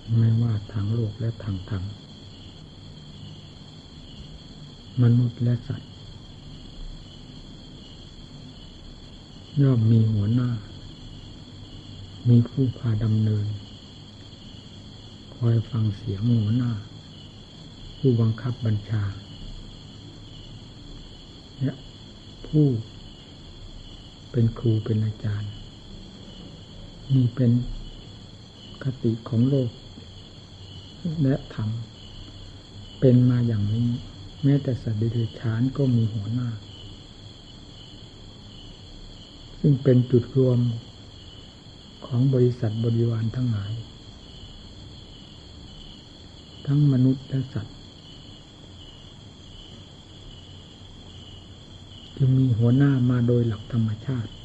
ไม่ว่าทางโลกและทางธรรมมนุษย์และสัตว์ย่อมมีหัวหน้ามีผู้พาดำเนินคอยฟังเสียงหัวหน้าผู้บังคับบัญชาและผู้เป็นครูเป็นอาจารย์นี่เป็นคติของโลกและธรรมเป็นมาอย่างนี้แม้แต่สัตว์เดรัจฉานก็มีหัวหน้าซึ่งเป็นจุดรวมของบริษัทบริวารทั้งหลายทั้งมนุษย์และสัตว์จึงมีหัวหน้ามาโดยหลักธรรมชาติ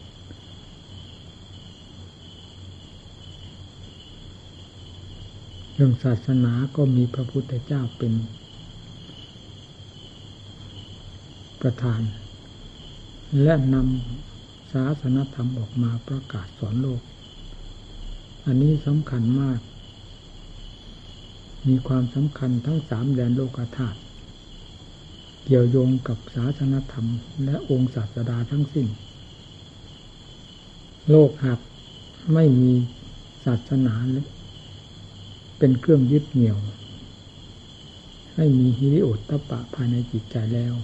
เรื่องศาสนาก็มีพระพุทธเจ้าเป็นประธานและนำศาสนธรรมออกมาประกาศสอนโลกอันนี้สำคัญมากมีความสำคัญทั้งสามแดนโลกธาตุเกี่ยวโยงกับศาสนธรรมและองค์ศาสดาทั้งสิ้นโลกหากไม่มีศาสนาเป็นเครื่องยึดเหนี่ยวให้มีหิริโอตตัปปะภายในจิตใจแล้ว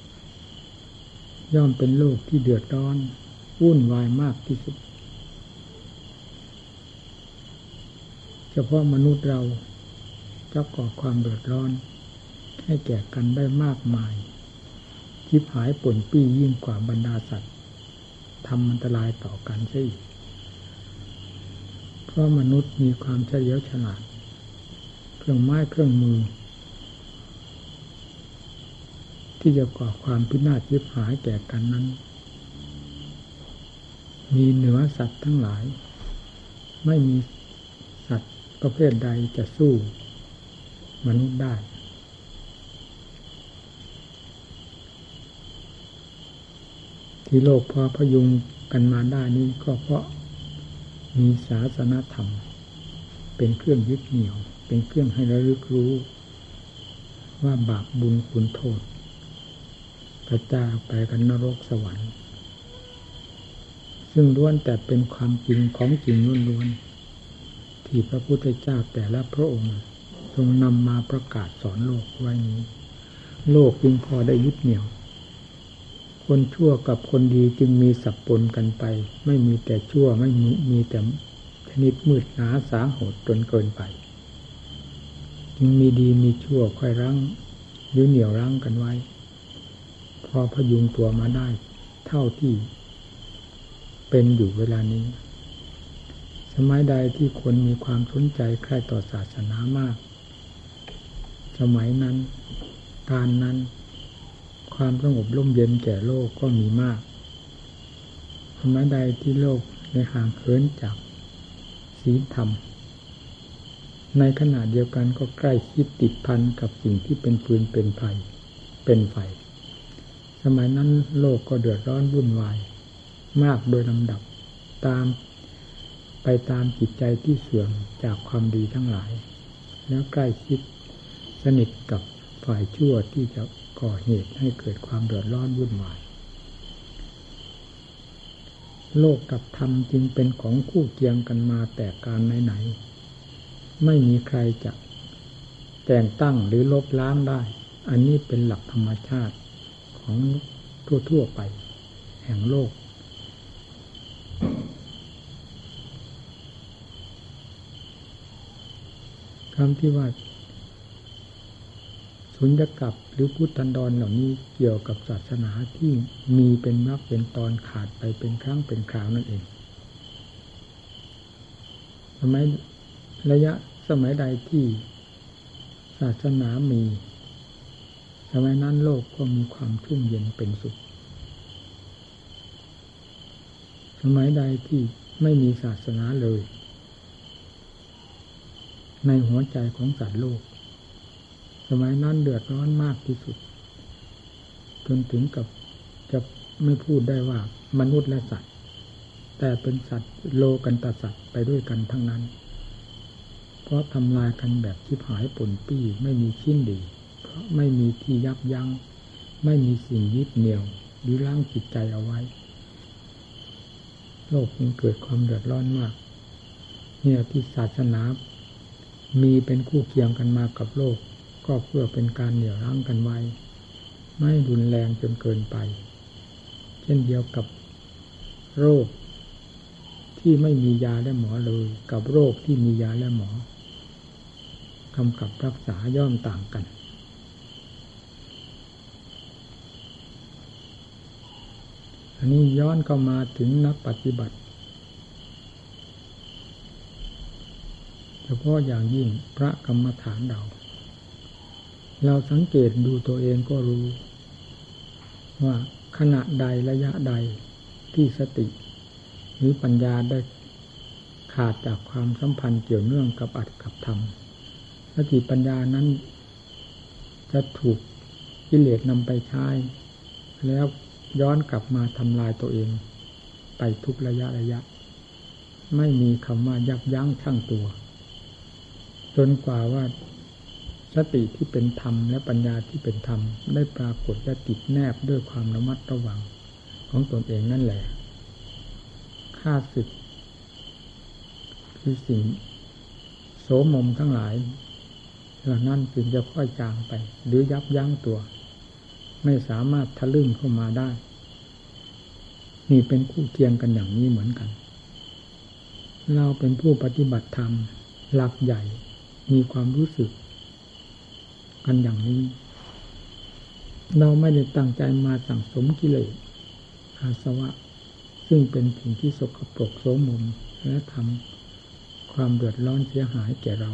ย่อมเป็นโลกที่เดือดร้อนวุ่นวายมากที่สุดเฉพาะมนุษย์เราจะก่อความเดือดร้อนให้แก่กันได้มากมายชิบหายป่นปี้ยิ่งกว่าบรรดาสัตว์ทำอันตรายต่อกันซะอีกเพราะมนุษย์มีความเฉลียวฉลาดเครื่องไม้เครื่องมือที่จะก่อความพินาศชิบหายแก่กันนั้นมีเหนือสัตว์ทั้งหลายไม่มีสัตว์ประเภทใดจะสู้มนุษย์ได้ที่โลกพอพยุงกันมาได้นี้ก็เพราะมีศาสนธรรมเป็นเครื่องยึดเหนี่ยวเป็นเครื่องให้ระลึกรู้ว่าบาปบุญคุณโทษกระจายไปกันนรกสวรรค์ซึ่งล้วนแต่เป็นความจริงของจริงล้วนๆที่พระพุทธเจ้าแต่ละพระองค์ทรงนำมาประกาศสอนโลกไว้นี้โลกจึงพอได้ยึดเหนี่ยวคนชั่วกับคนดีจึงมีสับปนกันไปไม่มีแต่ชั่วไม่มีแต่ชนิดมืดหนาสาโหดจนเกินไปจึงมีดีมีชั่วค่อยรั้งหรือเหนี่ยวรั้งกันไว้พอพยุงตัวมาได้เท่าที่เป็นอยู่เวลานี้สมัยใดที่คนมีความสนใจใคร่ต่อศาสนามากสมัยนั้นการนั้นความสงบร่มเย็นแก่โลกก็มีมากสมัยใดที่โลกในห่างเหินจากศีลธรรมในขณะเดียวกันก็ใกล้คิดติดพันกับสิ่งที่เป็นฟืนเป็นไฟเป็นไฟสมัยนั้นโลกก็เดือดร้อนวุ่นวายมากโดยลำดับไปตามจิตใจที่เสื่อมจากความดีทั้งหลายแล้วใกล้ชิดสนิทกับฝ่ายชั่วที่จะก่อเหตุให้เกิดความเดือดร้อนวุ่นวายโลกกับธรรมจึงเป็นของคู่เคียงกันมาแต่การไหนๆไม่มีใครจะแต่งตั้งหรือลบล้างได้อันนี้เป็นหลักธรรมชาติของทั่วๆไปแห่งโลกคำที่ว่าสุญญกัปหรือพุทธันดรเหล่านี้เกี่ยวกับศาสนาที่มีเป็นมรรคเป็นตอนขาดไปเป็นครั้งเป็นคราวนั่นเองสมัยใดที่ศาสนามีสมัยนั้นโลกก็มีความชุ่มเย็นเป็นสุขสมัยใดที่ไม่มีศาสนาเลยในหัวใจของสัตว์โลกสมัยนั้นเดือดร้อนมากที่สุดจนถึงกับจะไม่พูดได้ว่ามนุษย์และสัตว์แต่เป็นสัตว์โลกันตสัตว์ไปด้วยกันทั้งนั้นเพราะทำลายกันแบบชิบหายป่นปี้ไม่มีชิ้นดีเพราะไม่มีที่ยับยั้งไม่มีสิ่งยึดเหนี่ยวหรือรั้งจิตใจเอาไว้โลกจึงเกิดความเดือดร้อนมากเนี่ยที่ศาสนามีเป็นคู่เคียงกันมากับโลกก็เพื่อเป็นการเหนี่ยวรั้งกันไว้ไม่รุนแรงจนเกินไปเช่นเดียวกับโรคที่ไม่มียาและหมอเลยกับโรคที่มียาและหมอกำกับรักษาย่อมต่างกันอันนี้ย้อนเข้ามาถึงนักปฏิบัติเฉพาะอย่างยิ่งพระกรรมฐานเราสังเกตดูตัวเองก็รู้ว่าขณะใดระยะใดที่สติหรือปัญญาได้ขาดจากความสัมพันธ์เกี่ยวเนื่องกับอัตถกับธรรมสติปัญญานั้นจะถูกกิเลสนำไปใช้แล้วย้อนกลับมาทำลายตัวเองไปทุกระยะไม่มีคำว่ายับยั้งชั่งตัวจนกว่าว่าสติที่เป็นธรรมและปัญญาที่เป็นธรรมได้ปรากฏและติดแนบด้วยความระมัดระวังของตนเองนั่นแหละข้าศึกคือสิ่งโสมมทั้งหลายเหล่านั้นจึงจะค่อยจางไปหรือยับยั้งตัวไม่สามารถทะลึ่งเข้ามาได้นี่เป็นคู่เคียงกันอย่างนี้เหมือนกันเราเป็นผู้ปฏิบัติธรรมหลักใหญ่มีความรู้สึกกันอย่างนี้เราไม่ได้ตั้งใจมาสั่งสมกิเลสอาสวะซึ่งเป็นสิ่งที่สกปรกโสมมและทำความเดือดร้อนเสียหายแก่เรา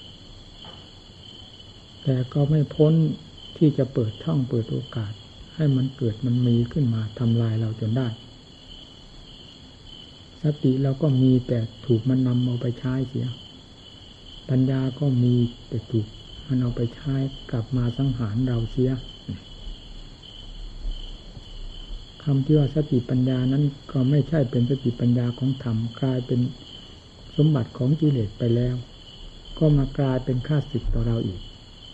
แต่ก็ไม่พ้นที่จะเปิดช่องเปิดโอกาสให้มันเกิดมันมีขึ้นมาทำลายเราจนได้สติเราก็มีแต่ถูกมันนำเอาไปใช้เสียปัญญาก็มีแต่ถูกมันเอาไปใช้กลับมาสังหารเราเสียคำที่ว่าสติปัญญานั้นก็ไม่ใช่เป็นสติปัญญาของธรรมกลายเป็นสมบัติของกิเลสไปแล้วก็มากลายเป็นข้าศึกต่อเราอีก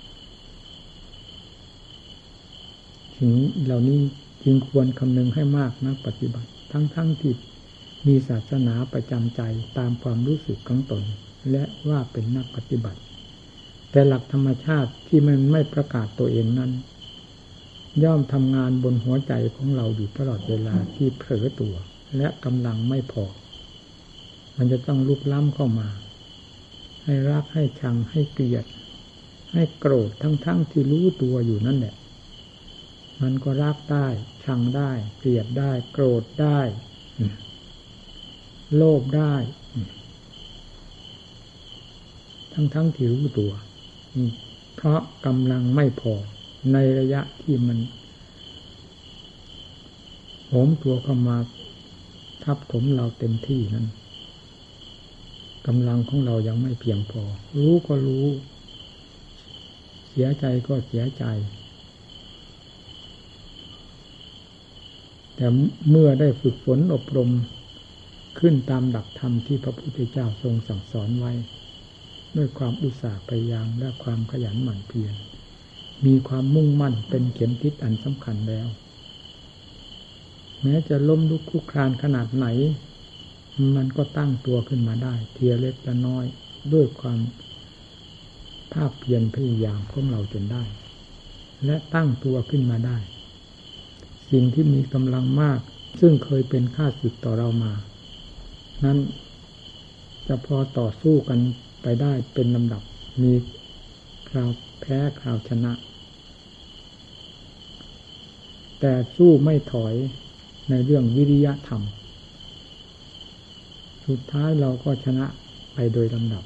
ถึงเหล่านี้จึงควรคำนึงให้มากนักปฏิบัติทั้งที่มีศาสนาประจำใจตามความรู้สึกของตนและว่าเป็นนักปฏิบัติแต่หลักธรรมชาติที่มันไม่ประกาศตัวเองนั้นย่อมทำงานบนหัวใจของเราอยู่ตลอดเวลาที่เผลอตัวและกำลังไม่พอมันจะต้องลุกล้ำเข้ามาให้รักให้ชังให้เกลียดให้โกรธทั้งที่รู้ตัวอยู่นั่นแหละมันก็รักได้ชังได้เกลียดได้โกรธได้โลภได้ทั้งที่รู้ตัวเพราะกำลังไม่พอในระยะที่มันโหมตัวเข้ามาทับถมเราเต็มที่นั้นกำลังของเรายังไม่เพียงพอรู้ก็รู้เสียใจก็เสียใจแต่เมื่อได้ฝึกฝนอบรมขึ้นตามหลักธรรมที่พระพุทธเจ้าทรงสั่งสอนไว้ด้วยความอุตสาห์พยายามและความขยันหมั่นเพียรมีความมุ่งมั่นเป็นเข็มทิศอันสำคัญแล้วแม้จะล้มลุกคลุกคลานขนาดไหนมันก็ตั้งตัวขึ้นมาได้ทีละเล็กละน้อยด้วยความภาคเพียรพยายามของเราจนได้และตั้งตัวขึ้นมาได้สิ่งที่มีกำลังมากซึ่งเคยเป็นข้าศึกต่อเรามานั้นจะพอต่อสู้กันไปได้เป็นลำดับมีคราวแพ้คราวชนะแต่สู้ไม่ถอยในเรื่องวิริยะธรรมสุดท้ายเราก็ชนะไปโดยลำดับ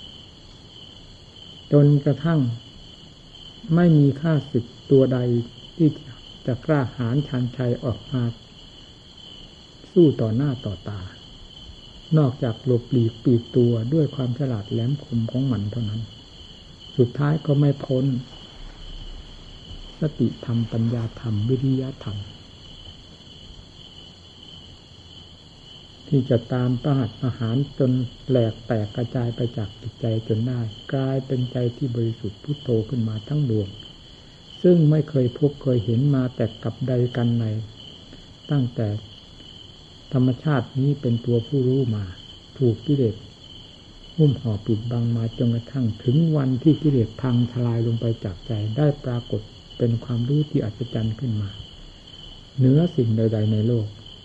จนกระทั่งไม่มีข้าศึกตัวใดที่จะกล้าหาญชันชัยออกมาสู้ต่อหน้าต่อตานอกจากหลบหลีกปีกตัวด้วยความฉลาดแหลมคมของมันเท่านั้นสุดท้ายก็ไม่พ้นสติธรรมปัญญาธรรมวิริยะธรรมทที่จะตามประหัตประหารจนแหลกแตกกระจายไปจากจิตใจจนได้กลายเป็นใจที่บริสุทธิ์พุทโธขึ้นมาทั้งดวงซึ่งไม่เคยพบเคยเห็นมาแต่กับใดกันในตั้งแต่ธรรมชาตินี้เป็นตัวผู้รู้มาถูกกิเลสหุ้มห่อปิดบังมาจนกระทั่งถึงวันที่กิเลสพังทลายลงไปจากใจได้ปรากฏเป็นความรู้ที่อัศจรรย์ขึ้นมาเหนือสิ่งใดๆในโลก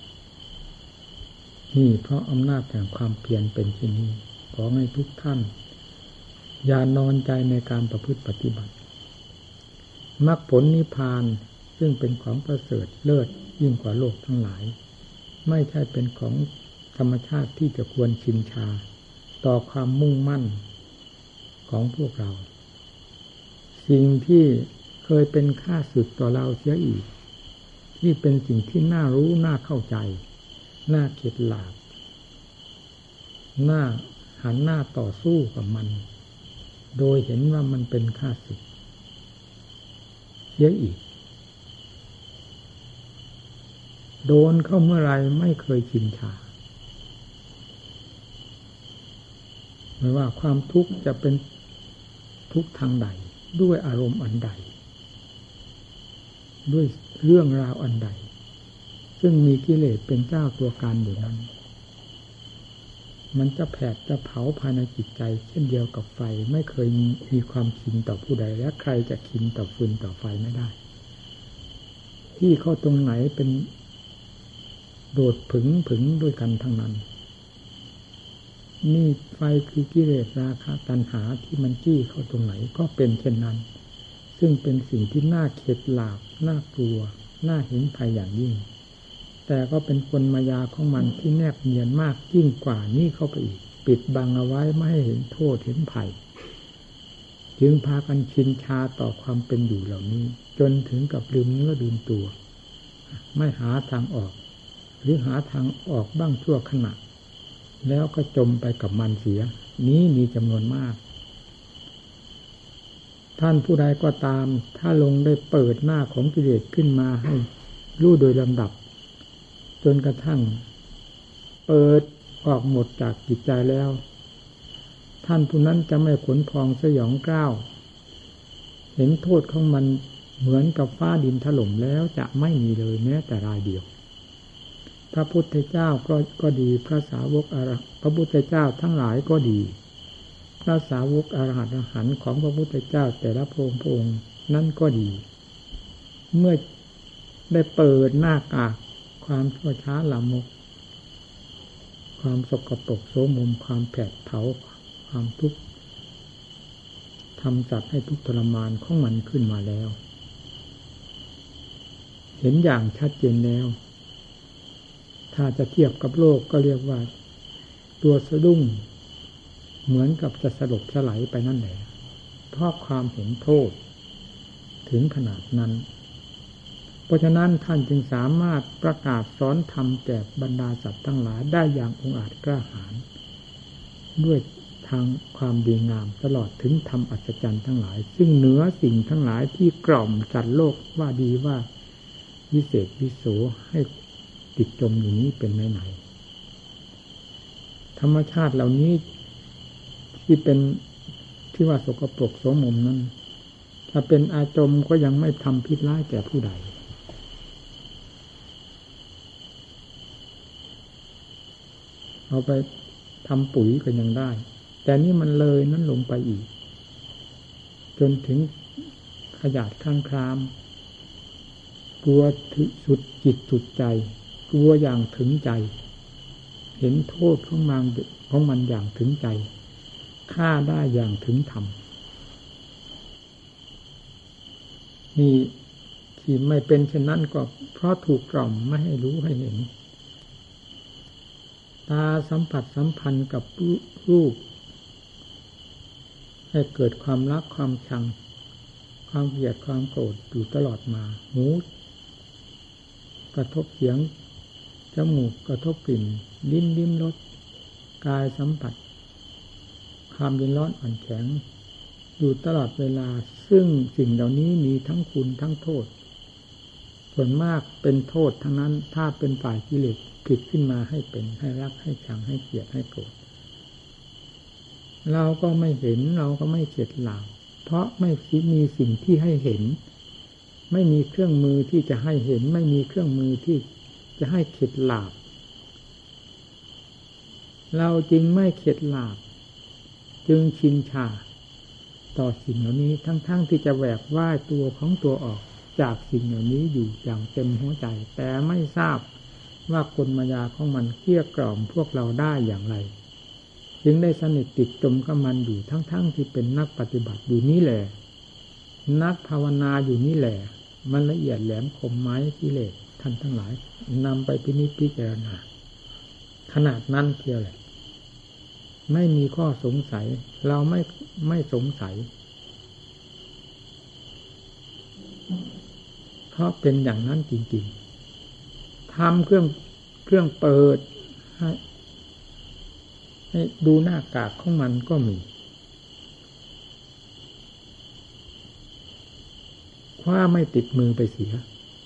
นี่เพราะอำนาจแห่งความเพียรเป็นเช่นนี้ขอให้ทุกท่านอย่านอนใจในการประพฤติปฏิบัติมรรคผลนิพพานซึ่งเป็นของประเสริฐเลิศยิ่งกว่าโลกทั้งหลายไม่ใช่เป็นของธรรมชาติที่จะควรชินชาต่อความมุ่งมั่นของพวกเราสิ่งที่เคยเป็นข้าศึกต่อเราเสียอีกที่เป็นสิ่งที่น่ารู้น่าเข้าใจน่าเข็ดหลาบน่าหันหน้าต่อสู้กับมันโดยเห็นว่ามันเป็นข้าศึกเสียอีกโดนเข้าเมื่อไรไม่เคยชินชาไม่ว่าความทุกข์จะเป็นทุกข์ทางใดด้วยอารมณ์อันใดด้วยเรื่องราวอันใดซึ่งมีกิเลสเป็นเจ้าตัวการอยู่นั้นมันจะแผดจะเผาภายในจิตใจเช่นเดียวกับไฟไม่เคยมีความชินต่อผู้ใดและใครจะชินต่อฟืนต่อไฟไม่ได้ที่เข้าตรงไหนเป็นโดดผึ่งด้วยกันทั้งนั้นนี่ไฟคือกิเลสราคะตัณหาที่มันจี้เข้าตรงไหนก็เป็นเช่นนั้นซึ่งเป็นสิ่งที่น่าเข็ดหลาบน่ากลัวน่าเห็นภัยอย่างยิ่งแต่ก็เป็นกลมายาของมันที่แนบเนียนมากยิ่งกว่านี้เข้าไปอีกปิดบังเอาไว้ไม่ให้เห็นโทษเห็นภัยจึงพากันชินชาต่อความเป็นอยู่เหล่านี้จนถึงกับลืมเนื้อลืมตัวไม่หาทางออกหรือหาทางออกบ้างชั่วขณะแล้วก็จมไปกับมันเสียนี้มีจำนวนมากท่านผู้ใดก็ตามถ้าลงได้เปิดหน้าของกิเลสขึ้นมาให้รู้โดยลำดับจนกระทั่งเปิดออกหมดจากจิตใจแล้วท่านผู้นั้นจะไม่ขนพองสยองกล้าวเห็นโทษของมันเหมือนกับฟ้าดินถล่มแล้วจะไม่มีเลยแม้แต่รายเดียวพระพุทธเจ้าก็ดีพระสาวกพระพุทธเจ้าทั้งหลายก็ดีพระสาวกอรหันต์ของพระพุทธเจ้าแต่ละพระองค์นั่นก็ดีเมื่อได้เปิดหน้ากากความชั่วช้าละมกความสกปรกโสมมความแผดเผาความทุกข์ทำจัดให้ทุกข์ทรมานของมันขึ้นมาแล้วเห็นอย่างชัดเจนแล้วถ้าจะเทียบกับโลกก็เรียกว่าตัวสะดุ้งเหมือนกับจะสลบสลายไปนั่นแหละเพราะความเห็นโทษถึงขนาดนั้นเพราะฉะนั้นท่านจึงสามารถประกาศสอนธรรมแก่บรรดาสัตว์ทั้งหลายได้อย่างองอาจกล้าหาญด้วยทางความดีงามตลอดถึงธรรมอัศจรรย์ทั้งหลายซึ่งเหนือสิ่งทั้งหลายที่กล่อมสัตว์โลกว่าดีว่าวิเศษวิโสให้ติดจมอยู่นี้เป็นไหนธรรมชาติเหล่านี้ที่เป็นที่ว่าสกปรกโสมมนั้นถ้าเป็นอาจมก็ยังไม่ทำพิษร้ายแก่ผู้ใดเอาไปทำปุ๋ยก็ยังได้แต่นี่มันเลยนั้นลงไปอีกจนถึงขยาดข้างครามกลัวสุดจิตสุดใจกลัวอย่างถึงใจเห็นโทษของมันอย่างถึงใจฆ่าได้อย่างถึงธรรมนี่ที่ไม่เป็นเช่นนั้นก็เพราะถูกกล่อมไม่ให้รู้ให้เห็นตาสัมผัสสัมพันธ์กับรูปให้เกิดความรักความชังความเกลียดความโกรธอยู่ตลอดมาหูกระทบเสียงจมูกกระทบกลิ่นลิ้มรสกายสัมผัสความเย็นร้อนอ่อนแข็งอยู่ตลอดเวลาซึ่งสิ่งเหล่านี้มีทั้งคุณทั้งโทษส่วนมากเป็นโทษทั้งนั้นถ้าเป็นฝ่ายกิเลสผิดขึ้นมาให้เป็นให้รักให้ชังให้เกลียดให้โกรธเราก็ไม่เห็นเราก็ไม่เข็ดหลาบเพราะไม่มีสิ่งที่ให้เห็นไม่มีเครื่องมือที่จะให้เห็นไม่มีเครื่องมือที่จะให้เข็ดหลาบเราจึงไม่เข็ดหลาบจึงชินชาต่อสิ่งเหล่านี้ทั้งที่จะแหวกว่ายตัวของตัวออกจากสิ่งเหล่านี้อยู่อย่างเต็มหัวใจแต่ไม่ทราบว่ากลมายาของมันเกลี้ยกล่อมพวกเราได้อย่างไรจึงได้สนิทติดจมกับมันอยู่ทั้งที่เป็นนักปฏิบัติอยู่นี่แหละนักภาวนาอยู่นี่แหละมันละเอียดแหลมคมไม้กิเลสท่านทั้งหลายนำไปพินิจพิจารณาขนาดนั้นเพียงแหละไม่มีข้อสงสัยเราไม่สงสัยเพราะเป็นอย่างนั้นจริงๆทำเครื่องเปิดให้ดูหน้ากากของมันก็มีคว้าไม่ติดมือไปเสีย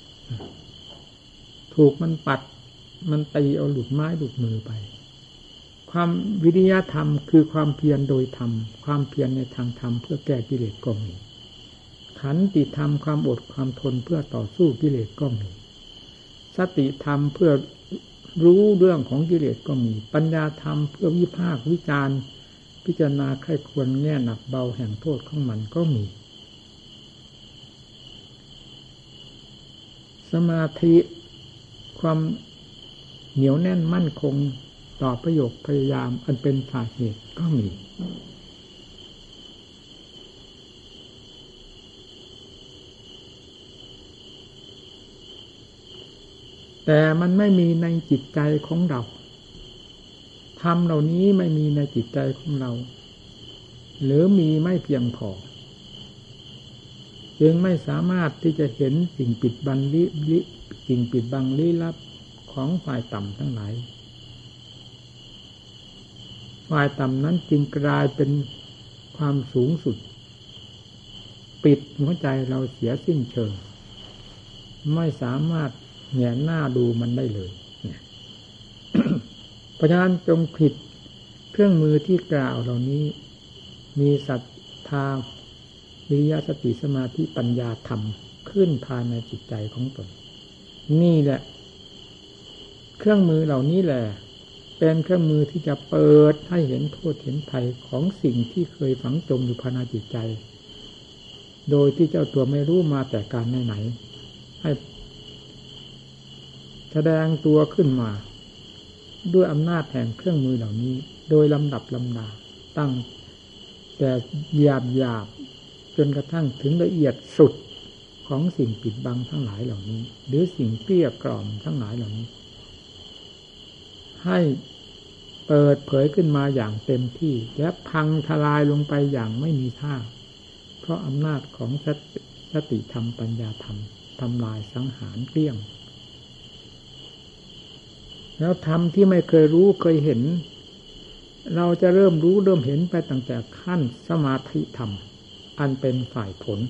ถูกมันปัดมันตีเอาหลุดไม้หลุดมือไปความวิริยะธรรมคือความเพียรโดยธรรมความเพียรในทางธรรมเพื่อแก้กิเลสก็มีขันติธรรมความอดความทนเพื่อต่อสู้กิเลสก็มีสติธรรมเพื่อรู้เรื่องของกิเลสก็มีปัญญาธรรมเพื่อวิพากษ์วิจารณ์พิจารณาใคร่ควรแง่หนักเบาแห่งโทษของมันก็มีสมาธิความเหนียวแน่นมั่นคงต่อประโยชน์พยายามอันเป็นสาเหตุก็มีแต่มันไม่มีในจิตใจของเราธรรมเหล่านี้ไม่มีในจิตใจของเราหรือมีไม่เพียงพอจึงไม่สามารถที่จะเห็นสิ่งปิดบังลี้ลับของฝ่ายต่ำทั้งหลายฝ่ายต่ำนั้นจึงกลายเป็นความสูงสุดปิดหัวใจเราเสียสิ้นเชิงไม่สามารถแหงนหน้าดูมันได้เลย เพราะฉะนั้นจงผิดเครื่องมือที่กล่าวเหล่านี้มีศรัทธาวิริยะสติสมาธิปัญญาธรรมขึ้นภายในจิตใจของตนนี่แหละเครื่องมือเหล่านี้แหละเป็นเครื่องมือที่จะเปิดให้เห็นโทษเห็นภัยของสิ่งที่เคยฝังจมอยู่ภายในจิตใจโดยที่เจ้าตัวไม่รู้มาแต่การไหนให้แสดงตัวขึ้นมาด้วยอำนาจแห่งเครื่องมือเหล่านี้โดยลำดับลำดาตั้งแต่หยาบจนกระทั่งถึงละเอียดสุดของสิ่งปิดบังทั้งหลายเหล่านี้หรือสิ่งเกลี้ยกล่อมทั้งหลายเหล่านี้ให้เปิดเผยขึ้นมาอย่างเต็มที่และพังทลายลงไปอย่างไม่มีท่าเพราะอำนาจของสติธรรมปัญญาธรรมทำลายสังหารเกลี้ยงแล้วธรรมที่ไม่เคยรู้เคยเห็นเราจะเริ่มรู้เริ่มเห็นไปตั้งแต่ขั้นสมาธิธรรมอันเป็นฝ่ายผล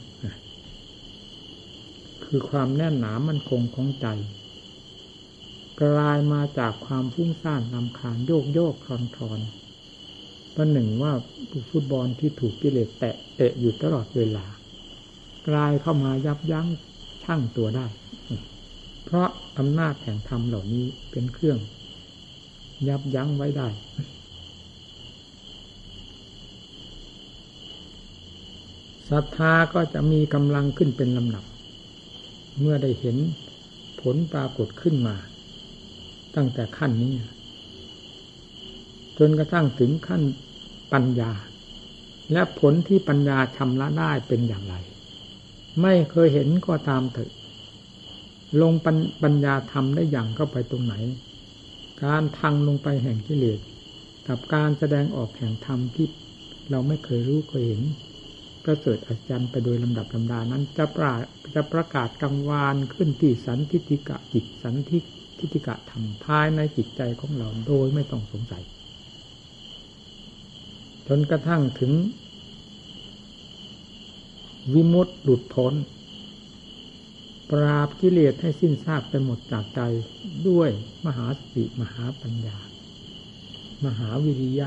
คือความแน่นหนามั่นคงของใจกลายมาจากความฟุ้งซ่านรำคาญโยกคลอนประหนึ่งว่าฟุตบอลที่ถูกกิเลสเตะอยู่ตลอดเวลากลายเข้ามายับยั้งชั่งตัวได้เพราะอำนาจแห่งธรรมเหล่านี้เป็นเครื่องยับยั้งไว้ได้ศรัทธาก็จะมีกำลังขึ้นเป็นลำดับเมื่อได้เห็นผลปรากฏขึ้นมาตั้งแต่ขั้นนี้จนกระทั่งถึงขั้นปัญญาและผลที่ปัญญาชำระได้เป็นอย่างไรไม่เคยเห็นก็ตามเถอะลงปัญญาทำได้อย่างเข้าไปตรงไหนการพังลงไปแห่งกิเลสกับการแสดงออกแห่งธรรมที่เราไม่เคยรู้เคยเห็นประเสริฐอัศจรรย์ไปโดยลำดับลำดานั้นจะประกาศกังวานขึ้นที่สันทิฏฐิกะจิตสันทิฏฐิกะธรรมภายในจิตใจของเราโดยไม่ต้องสงสัยจนกระทั่งถึงวิมุตติหลุดพ้นปราบกิเลสให้สิ้นซากไปหมดจากใจด้วยมหาสติมหาปัญญามหาวิริยะ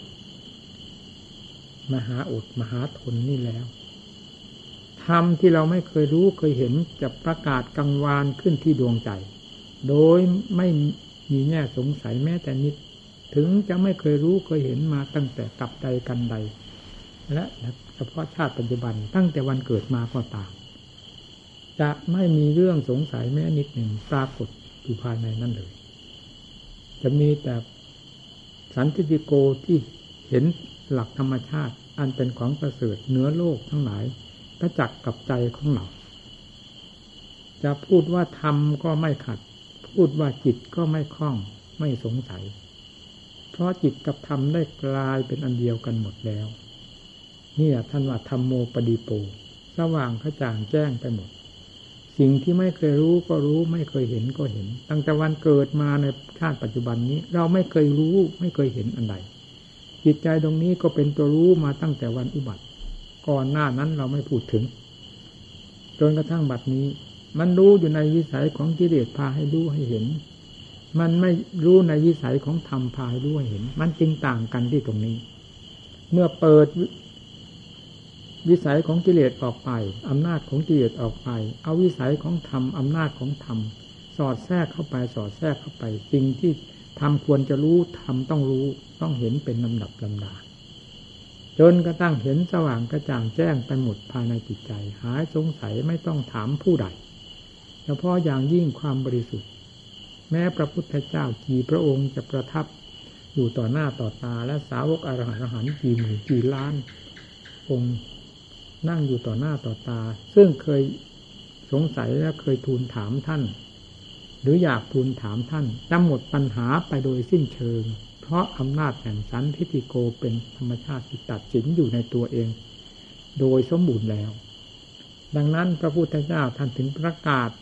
มหาอดมหาทนนี่แล้วธรรมที่เราไม่เคยรู้เคยเห็นจะประกาศกังวานขึ้นที่ดวงใจโดยไม่มีแง่สงสัยแม้แต่นิดถึงจะไม่เคยรู้เคยเห็นมาตั้งแต่กับใดกันใดและเฉพาะชาติปัจจุบันตั้งแต่วันเกิดมาก็ตามจะไม่มีเรื่องสงสัยแม้นิดหนึ่งปรากฏอยู่ภายในนั้นเลยจะมีแต่สันติโกที่เห็นหลักธรรมชาติอันเป็นของประเสริฐเหนือโลกทั้งหลายประจักษ์กับใจของเราจะพูดว่าธรรมก็ไม่ขัดพูดว่าจิตก็ไม่คล่องไม่สงสัยเพราะจิตกับธรรมได้กลายเป็นอันเดียวกันหมดแล้วนี่ท่านว่าธัมโมปดิโปสว่างกระจ่างแจ้งไปหมดสิ่งที่ไม่เคยรู้ก็รู้ไม่เคยเห็นก็เห็นตั้งแต่วันเกิดมาในชาติปัจจุบันนี้เราไม่เคยรู้ไม่เคยเห็นอันใดจิตใจตรงนี้ก็เป็นตัวรู้มาตั้งแต่วันอุบัติก่อนหน้านั้นเราไม่พูดถึงจนกระทั่งบัดนี้มันรู้อยู่ในวิสัยของกิเลสพาให้รู้ให้เห็นมันไม่รู้ในวิสัยของธรรมพาให้รู้ให้เห็นมันจึงต่างกันที่ตรงนี้เมื่อเปิดวิสัยของกิเลสออกไปอำนาจของกิเลสออกไปเอาวิสัยของธรรมอำนาจของธรรมสอดแทรกเข้าไปสอดแทรกเข้าไปสิ่งที่ธรรมควรจะรู้ธรรมต้องรู้ต้องเห็นเป็นลำดับลำดาจนกระทั่งเห็นสว่างกระจ่างแจ้งไปหมดภายในจิตใจหายสงสัยไม่ต้องถามผู้ใดเฉพาะอย่างยิ่งความบริสุทธิ์แม้พระพุทธเจ้ากี่พระองค์จะประทับอยู่ต่อหน้าต่อตาและสาวกอรหันต์กี่หมื่นกี่ล้านองค์นั่งอยู่ต่อหน้าต่อตาซึ่งเคยสงสัยและเคยทูลถามท่านหรืออยากทูลถามท่านจะหมดปัญหาไปโดยสิ้นเชิงเพราะอำนาจแห่งสันทิฏฐิโกเป็นธรรมชาติที่ตัดสินอยู่ในตัวเองโดยสมบูรณ์แล้วดังนั้นพระพุทธเจ้าท่านถึงประกาศ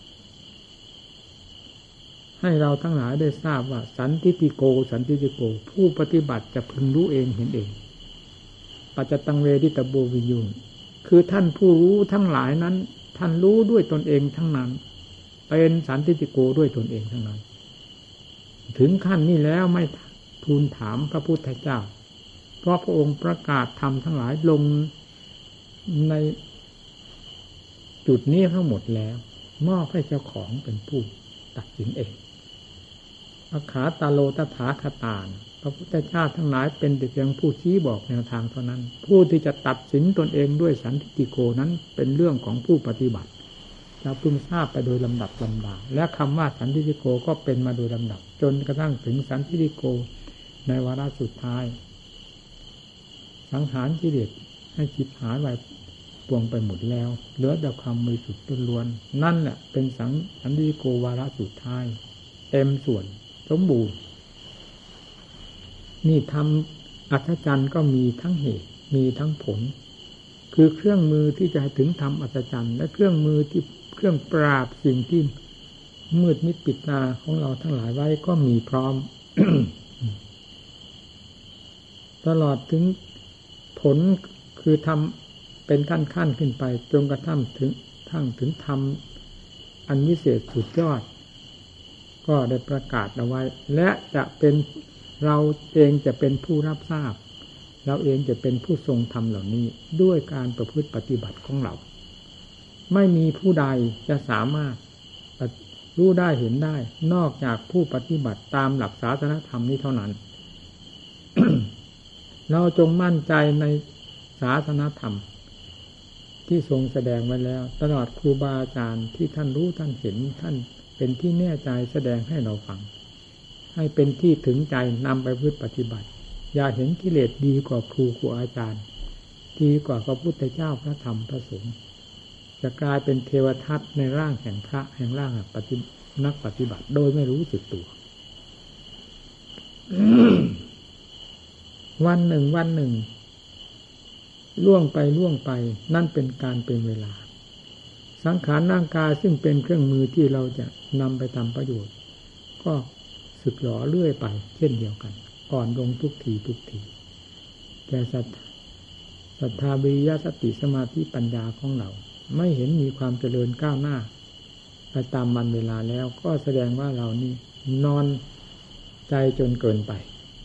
ให้เราทั้งหลายได้ทราบว่าสันทิฏฐิโกสันทิฏฐิโกผู้ปฏิบัติจะพึงรู้เองเห็นเองปัจจตังเวทิตโบวิยุงคือท่านผู้รู้ทั้งหลายนั้นท่านรู้ด้วยตนเองทั้งนั้นเป็นสันทิฏฐิโกด้วยตนเองทั้งนั้นถึงขั้นนี้แล้วไม่ทูลถามพระพุทธเจ้าเพราะพระองค์ประกาศธรรมทั้งหลายลงในจุดนี้ทั้งหมดแล้วมอบให้เจ้าของเป็นผู้ตัดสินเองอขาตาโลตถาคตาพระพุทธเจ้าทั้งหลายเป็นแต่เพียงผู้ชี้บอกแนวทางเท่านั้นผู้ที่จะตัดสินตนเองด้วยสันทิฏฐิโกนั้นเป็นเรื่องของผู้ปฏิบัติจะพึงทราบไปโดยลำดับลำดาและคำว่าสันทิฏฐิโกก็เป็นมาโดยลำดับจนกระทั่งถึงสันทิฏฐิโกในวาระสุดท้ายสังหารกิเลสให้จิตหายไปปวงไปหมดแล้วเหลือแต่ความบริสุทธิ์ล้วนๆนั่นแหละเป็นสันทิฏฐิโกวาระสุดท้ายเต็มส่วนสมบูรณ์นี่ทำอัศจรรย์ก็มีทั้งเหตุมีทั้งผลคือเครื่องมือที่จะถึงทำอัศจรรย์และเครื่องมือที่เครื่องปราบสิ่งที่มืดมิดปิดตาของเราทั้งหลายไว้ก็มีพร้อม ตลอดถึงผลคือทำเป็นขั้นขึ้นไปจนกระทั่งถึงทำอันวิเศษสุดยอดก็ได้ประกาศเอาไว้และจะเป็นเราเองจะเป็นผู้รับทราบเราเองจะเป็นผู้ทรงธรรมเหล่านี้ด้วยการประพฤติปฏิบัติของเราไม่มีผู้ใดจะสามารถรู้ได้เห็นได้นอกจากผู้ปฏิบัติตามหลักศาสนธรรมนี้เท่านั้น เราจงมั่นใจในศาสนธรรมที่ทรงแสดงไว้แล้วตลอดครูบาอาจารย์ที่ท่านรู้ท่านเห็นท่านเป็นที่แน่ใจแสดงให้เราฟังให้เป็นที่ถึงใจนำไปพฤติปฏิบัติอย่าเห็นกิเลสดีกว่าครูอาจารย์ดีกว่าพระพุทธเจ้าพระธรรมพระสงฆ์จะกลายเป็นเทวทัตในร่างแห่งพระแห่งร่างนักปฏิบัติโดยไม่รู้สึกตัว วันหนึ่งล่วงไปนั่นเป็นการเป็นเวลาสังขารร่างกายซึ่งเป็นเครื่องมือที่เราจะนำไปทำประโยชน์ก็สึกหรอเรื่อยไปเช่นเดียวกันอ่อนลงทุกทีแต่ศรัทธาวิริยะสติสมาธิปัญญาของเราไม่เห็นมีความเจริญก้าวหน้าไปตามวันเวลาแล้วก็แสดงว่าเรานี่นอนใจจนเกินไป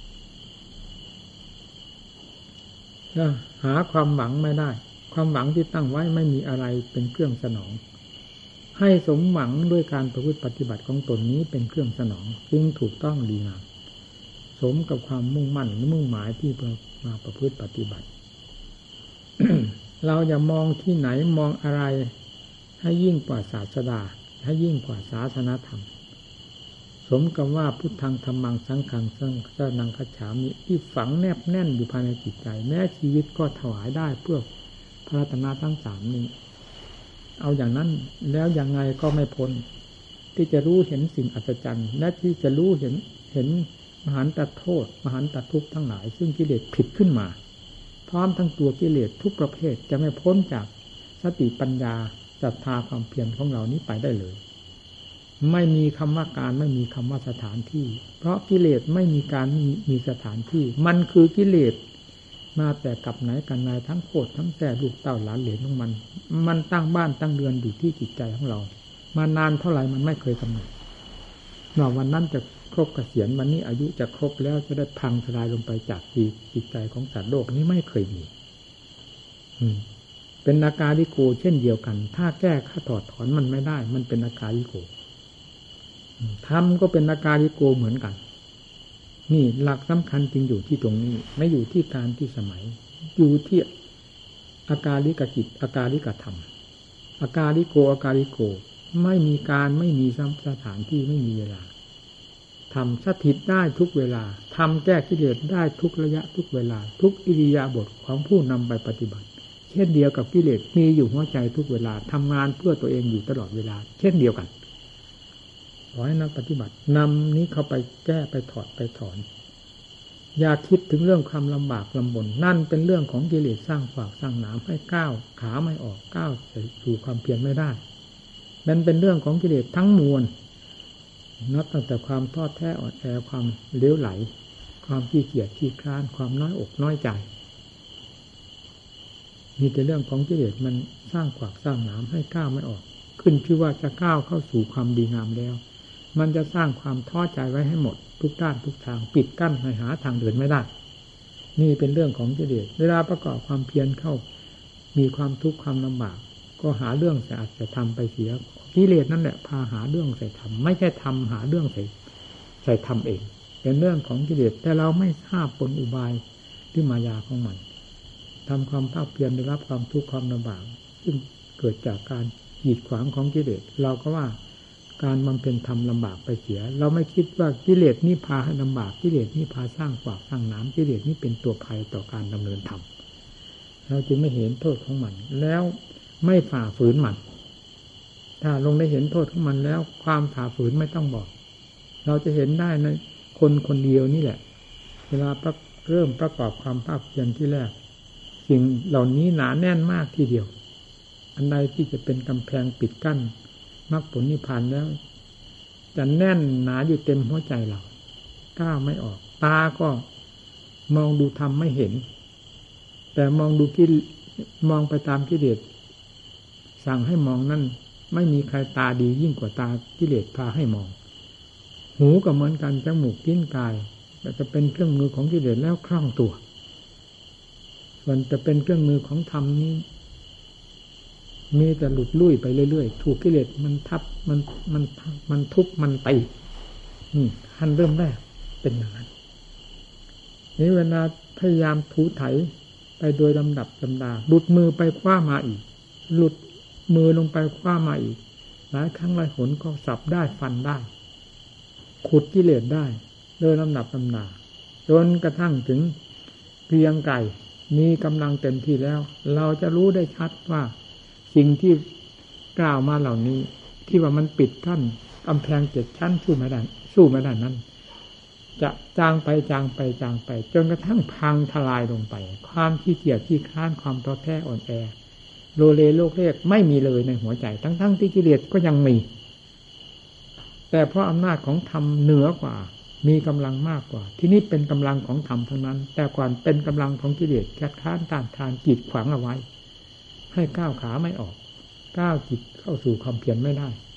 หาความหวังไม่ได้ความหวังที่ตั้งไว้ไม่มีอะไรเป็นเครื่องสนองให้สมหวังด้วยการประพฤติปฏิบัติของตนนี้เป็นเครื่องสนองจึงถูกต้องดีงามสมกับความมุ่งมั่นมุ่งหมายที่มาประพฤติปฏิบัติ เราอย่ามองที่ไหนมองอะไรให้ยิ่งกว่าศาสดาให้ยิ่งกว่าศาสนธรรมสมกับว่าพุทธังธัมมังสังฆังสรณังคัจฉามิที่ฝังแนบแน่นอยู่ภายในจิตใจแม้ชีวิตก็ถวายได้เพื่อพระรัตนทั้งสามนี้เอาอย่างนั้นแล้วยังไงก็ไม่พ้นที่จะรู้เห็นสิ่งอัศจรรย์และที่จะรู้เห็นมหันตโทษมหันตทุกข์ทั้งหลายซึ่งกิเลสผิดขึ้นมาพร้อมทั้งตัวกิเลสทุกประเภทจะไม่พ้นจากสติปัญญาศรัทธาความเพียรของเรานี้ไปได้เลยไม่มีคำว่าการไม่มีคำว่าสถานที่เพราะกิเลสไม่มีการมีสถานที่มันคือกิเลสมาแต่กับไหนกันนายทั้งโคตรทั้งแก่ลูกเต้าหลานเหลนของมันตั้งบ้านตั้งเรือนอยู่ที่จิตใจของเรามานานเท่าไหร่มันไม่เคยกำหนดวันนั้นจะครบเกษียณวันนี้อายุจะครบแล้วจะได้พังทลายลงไปจากจิตใจของสัตว์โลกนี้ไม่เคยมีเป็นอาการลิโกเช่นเดียวกันถ้าแก้ข้าถอดถอนมันไม่ได้มันเป็นอาการลิโกธรรมก็เป็นอาการลิโกเหมือนกันนี่หลักสำคัญจริงอยู่ที่ตรงนี้ไม่อยู่ที่การที่สมัยอยู่ที่อาการลิกจิตอาการลิกธรรมอาการลิโกอาการลิโกไม่มีการไม่มีสถานที่ไม่มีเวลาทำสถิตได้ทุกเวลาทำแก้กิเลสได้ทุกระยะทุกเวลาทุกอิริยาบถของผู้นำไปปฏิบัติเช่นเดียวกับกิเลสมีอยู่หัวใจทุกเวลาทำงานเพื่อตัวเองอยู่ตลอดเวลาเช่นเดียวกันขอให้นักปฏิบัตินำนี้เข้าไปแก้ไปถอดไปถอนอย่าคิดถึงเรื่องความลำบากลำบนนั่นเป็นเรื่องของกิเลสสร้างฝากสร้างหนามให้ก้าวขาไม่ออกก้าวสู่ความเพียรไม่ได้มันเป็นเรื่องของกิเลสทั้งมวลนับตั้งแต่ความท้อแท้อ่อนแอความเลี้ยวไหลความขี้เกียจขี้คร้านความน้อยอกน้อยใจมีแต่เรื่องของกิเลสมันสร้างขวากสร้างหนามให้ก้าวไม่ออกขึ้นชื่อว่าจะก้าวเข้าสู่ความดีงามแล้วมันจะสร้างความท้อใจไว้ให้หมดทุกด้านทุกทางปิดกั้นให้หาทางเดินไม่ได้นี่เป็นเรื่องของกิเลสเวลาประกอบความเพียรเข้ามีความทุกข์ความลำบากก็หาเรื่องใส่อัตใส่ธรรมไปเสียกิเลสนั่นแหละพาหาเรื่องใส่ธรรมไม่ใช่ธรรมหาเรื่องใส่ธรรมเองเป็นเรื่องของกิเลสแต่เราไม่ทราบผลอุบายที่มายาของมันทำความภาคเพียรได้รับความทุกข์ความลำบากซึ่งเกิดจากการกีดขวางของกิเลสเราก็ว่าการบำเพ็ญธรรมลำบากไปเสียเราไม่คิดว่ากิเลสนี่พาให้ลำบากกิเลสนี่พาสร้างขวากสร้างน้ำกิเลสนี่เป็นตัวภัยต่อการดำเนินธรรมเราจึงไม่เห็นโทษของมันแล้วไม่ฝ่าฝืนมันถ้าลงได้เห็นโทษของมันแล้วความฝ่าฝืนไม่ต้องบอกเราจะเห็นได้ในคนคนเดียวนี่แหละเวลาเริ่มประกอบความภาคเพียรที่แรกสิ่งเหล่านี้หนาแน่นมากทีเดียวอันใดที่จะเป็นกำแพงปิดกั้นมรรคผลนิพพานแล้วจะแน่นหนาอยู่เต็มหัวใจเราก้าวไม่ออกตาก็มองดูธรรมไม่เห็นแต่มองไปตามกิเลสสั่งให้มองนั่นไม่มีใครตาดียิ่งกว่าตากิเลสพาให้มองหูก็เหมือนกันจมูกลิ้นกายแต่จะเป็นเครื่องมือของกิเลสแล้วคล่องตัวส่วนจะเป็นเครื่องมือของธรรมนี้มีแต่หลุดลุ่ยไปเรื่อยๆถูกกิเลสมันทับมันทุบมันตีนี่ขั้นเริ่มแรกเป็นอย่างนั้นนี่เวลาพยายามถูไถไปโดยลำดับลำดาหลุดมือไปคว้ามาอีกหลุดมือลงไปคว้ามาอีกหลายครั้งหลายหนก็สับได้ฟันได้ขุดกิเลสได้โดยลำดับลำดาจนกระทั่งถึงเพียงไก่มีกำลังเต็มที่แล้วเราจะรู้ได้ชัดว่าสิ่งที่กล่าวมาเหล่านี้ที่ว่ามันปิดกั้นกำแพง7 ชั้นสู้ไม่ได้นั้นจะจางไปจนกระทั่งพังทลายลงไปความขี้เกียจขี้คร้านความท้อแท้อ่อนแอโลเลโลกเลกไม่มีเลยในหัวใจทั้งที่กิเลสก็ยังมีแต่เพราะอำนาจของธรรมเหนือกว่ามีกำลังมากกว่าที่นี่เป็นกำลังของธรรมทั้งนั้นแต่ก่อนเป็นกำลังของกิเลสคัดค้านต้านทานกีดขวางเอาไว้ให้ก้าวขาไม่ออกก้าวจิตเข้าสู่ความเพียรไม่ได้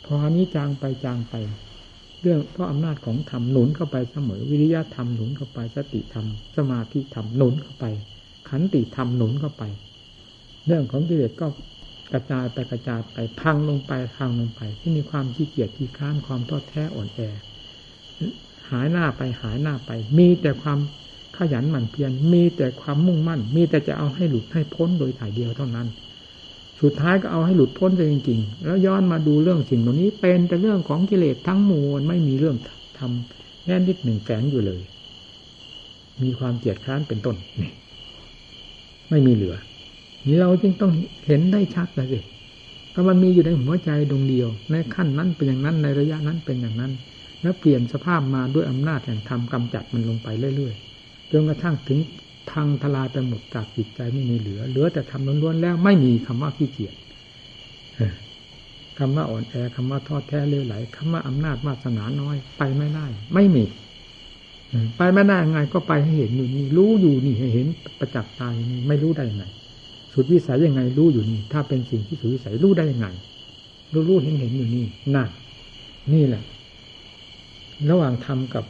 พอนี้จางไปเรื่องเพราะอำนาจของธรรมหนุนเข้าไปเสมอวิริยะธรรมหนุนเข้าไปสติธรรมสมาธิธรรมหนุนเข้าไปขันติธรรมหนุนเข้าไปเรื่องของกิเลสก็กระจายไปพังลงไปที่มีความขี้เกียจขี้คร้านความท้อแท้อ่อนแอหายหน้าไปมีแต่ความขยันหมั่นเพียรมีแต่ความมุ่งมั่นมีแต่จะเอาให้หลุดให้พ้นโดยถ่ายเดียวเท่านั้นสุดท้ายก็เอาให้หลุดพ้นไปจริงๆแล้วย้อนมาดูเรื่องสิ่งเหล่านี้เป็นแต่เรื่องของกิเลสทั้งมวลไม่มีเรื่องทำแน่นิดหนึ่งแฝงอยู่เลยมีความเกียจคร้านเป็นต้นนี่ไม่มีเหลือนี่เราจึงต้องเห็นได้ชัดเลยสิก็มันมีอยู่ในหัวใจดวงเดียวในขั้นนั้นเป็นอย่างนั้นในระยะนั้นเป็นอย่างนั้นแล้วเปลี่ยนสภาพมาด้วยอำนาจแห่งธรรมกำจัดมันลงไปเรื่อยๆจนกระทั่งถึงทางทลายไปหมดจากจิตใจไม่มีเหลือแต่ทำล้วนๆแล้วไม่มีคำว่าขี้เกียจคำว่าอ่อนแอคำว่าท้อแท้เลื่อยไหลคำว่าอำนาจวาสนาน้อยไปไม่ได้ไม่มีไปไม่ได้ยังไงก็ไปให้เห็นอยู่นี่รู้อยู่นี่ให้เห็นประจักษ์ตาอย่างนี้ไม่รู้ได้ยังไงสุดวิสัยยังไงรู้อยู่นี่ถ้าเป็นสิ่งที่สุดวิสัยรู้ได้ยังไงรู้เห็นอยู่นี่นั่นนี่แหละระหว่างธรรมกับ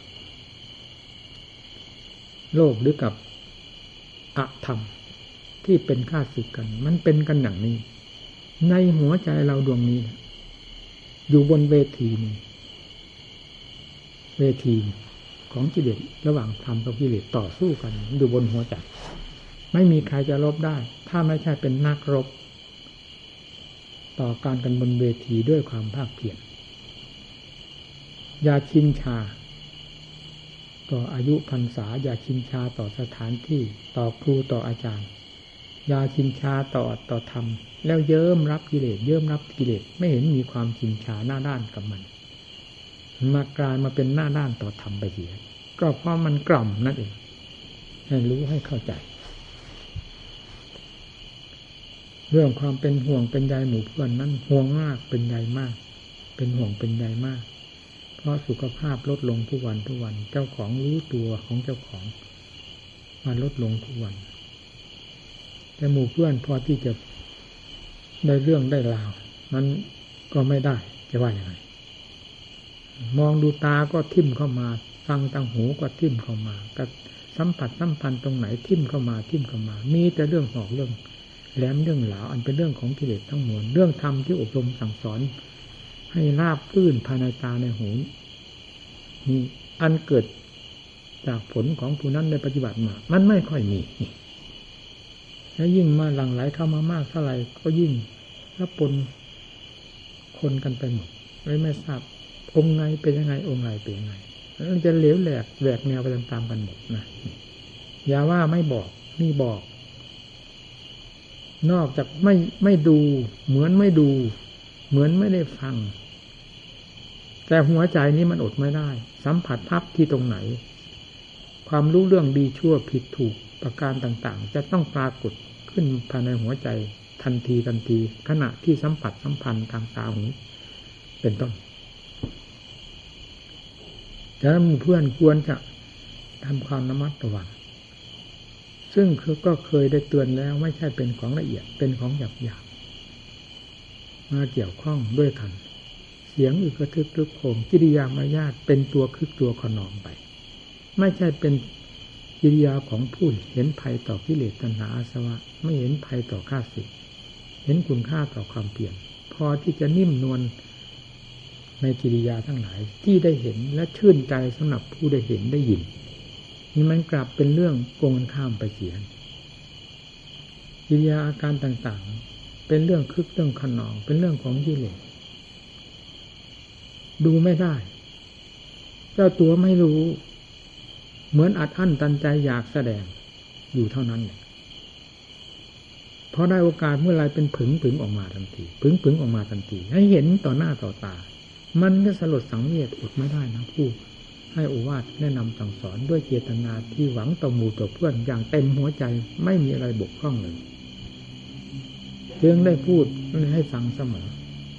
โลกหรือกับอธรรมที่เป็นข้าศึกกันมันเป็นกันอย่างนี้ในหัวใจเราดวงนี้อยู่บนเวทีนี้เวทีของกิเลสระหว่างธรรมกับกิเลสต่อสู้กันอยู่บนหัวใจไม่มีใครจะรบได้ถ้าไม่ใช่เป็นนักรบต่อการกันบนเวทีด้วยความภาคเพียรอย่าชินชาต่ออายุพรรษาอย่าชินชาต่อสถานที่ต่อครูต่ออาจารย์อย่าชินชาต่อธรรมแล้วเยิ้มรับกิเลสไม่เห็นมีความชินชาหน้าด้านกับมันมากลายมาเป็นหน้าด้านต่อธรรมไปเสียก็เพราะมันกล่อมนั่นเองให้รู้ให้เข้าใจเรื่องความเป็นห่วงเป็นใยหมู่เพื่อนนั้นห่วงมากเป็นใยมากเป็นห่วงเป็นใยมากเพราะสุขภาพลดลงทุกวันเจ้าของรู้ตัวของเจ้าของมันลดลงทุกวันแต่หมู่เพื่อนพอที่จะได้เรื่องได้ราวมันก็ไม่ได้จะว่าอย่างไรมองดูตาก็ทิ่มเข้ามาฟังทางหูก็ทิ่มเข้ามาก็สัมผัสสัมพันธ์ตรงไหนทิ่มเข้ามามีแต่เรื่องหอกเรื่องแหลมเรื่องหลาวอันเป็นเรื่องของกิเลสทั้งมวลเรื่องธรรมที่อบรมสั่งสอนให้ราบรื่นภายในตาในหูนี่อันเกิดจากผลของผู้นั้นได้ปฏิบัติมามันไม่ค่อยมีแล้วยิ่งมาหลั่งไหลเข้ามามากเท่าไหร่ก็ยิ่งละปนคนกันไปหมดไม่ทราบองค์ไหนเป็นยังไงองค์ไหนเป็นยังไงมันจะเหลวแหลกแหวกแนวไปตามๆกันหมดนะอย่าว่าไม่บอกนี่บอกนอกจากไม่ดูเหมือนไม่ดูเหมือนไม่ได้ฟังแต่หัวใจนี้มันอดไม่ได้สัมผัสพับที่ตรงไหนความรู้เรื่องดีชั่วผิดถูกประการต่างๆจะต้องปรากฏขึ้นภายในหัวใจทันทีขณะที่สัมผัสสัมพันธ์ทางตาหูเป็นต้นแต่เพื่อนควรจะทำความระมัดระวังซึ่งก็เคยได้เตือนแล้วไม่ใช่เป็นของละเอียดเป็นของหยาบๆมาเกี่ยวข้องด้วยกันเสียงอึกระทึกรึกโคมกิริยามารยาทเป็นตัวคึกตัวขนองไปไม่ใช่เป็นกิริยาของผู้เห็นภัยต่อกิเลสตัณหาอาสวะไม่เห็นภัยต่อข้าศึกเห็นคุณค่าต่อความเปลี่ยนพอที่จะนิ่มนวลในกิริยาทั้งหลายที่ได้เห็นและชื่นใจสำหรับผู้ได้เห็นได้ยินนี่มันกลับเป็นเรื่องโกงข้ามไปเสียกิริยาอาการต่างๆเป็นเรื่องคึกเรื่องขนองเป็นเรื่องของกิเลสดูไม่ได้เจ้าตัวไม่รู้เหมือนอัดอั้นตันใจอยากแสดงอยู่เท่านั้นพอได้โอกาสเมื่อไรเป็นผึ่งออกมาทันทีผึ่งออกมาทันทีให้เห็นต่อหน้าต่อตามันก็สลดสังเวชอดไม่ได้นะผู้ให้โอวาทแนะนำสั่งสอนด้วยเจตนาที่หวังต่อหมู่ต่อเพื่อนอย่างเต็มหัวใจไม่มีอะไรบกพร่องเลยเพียงได้พูดให้ฟังเสมอ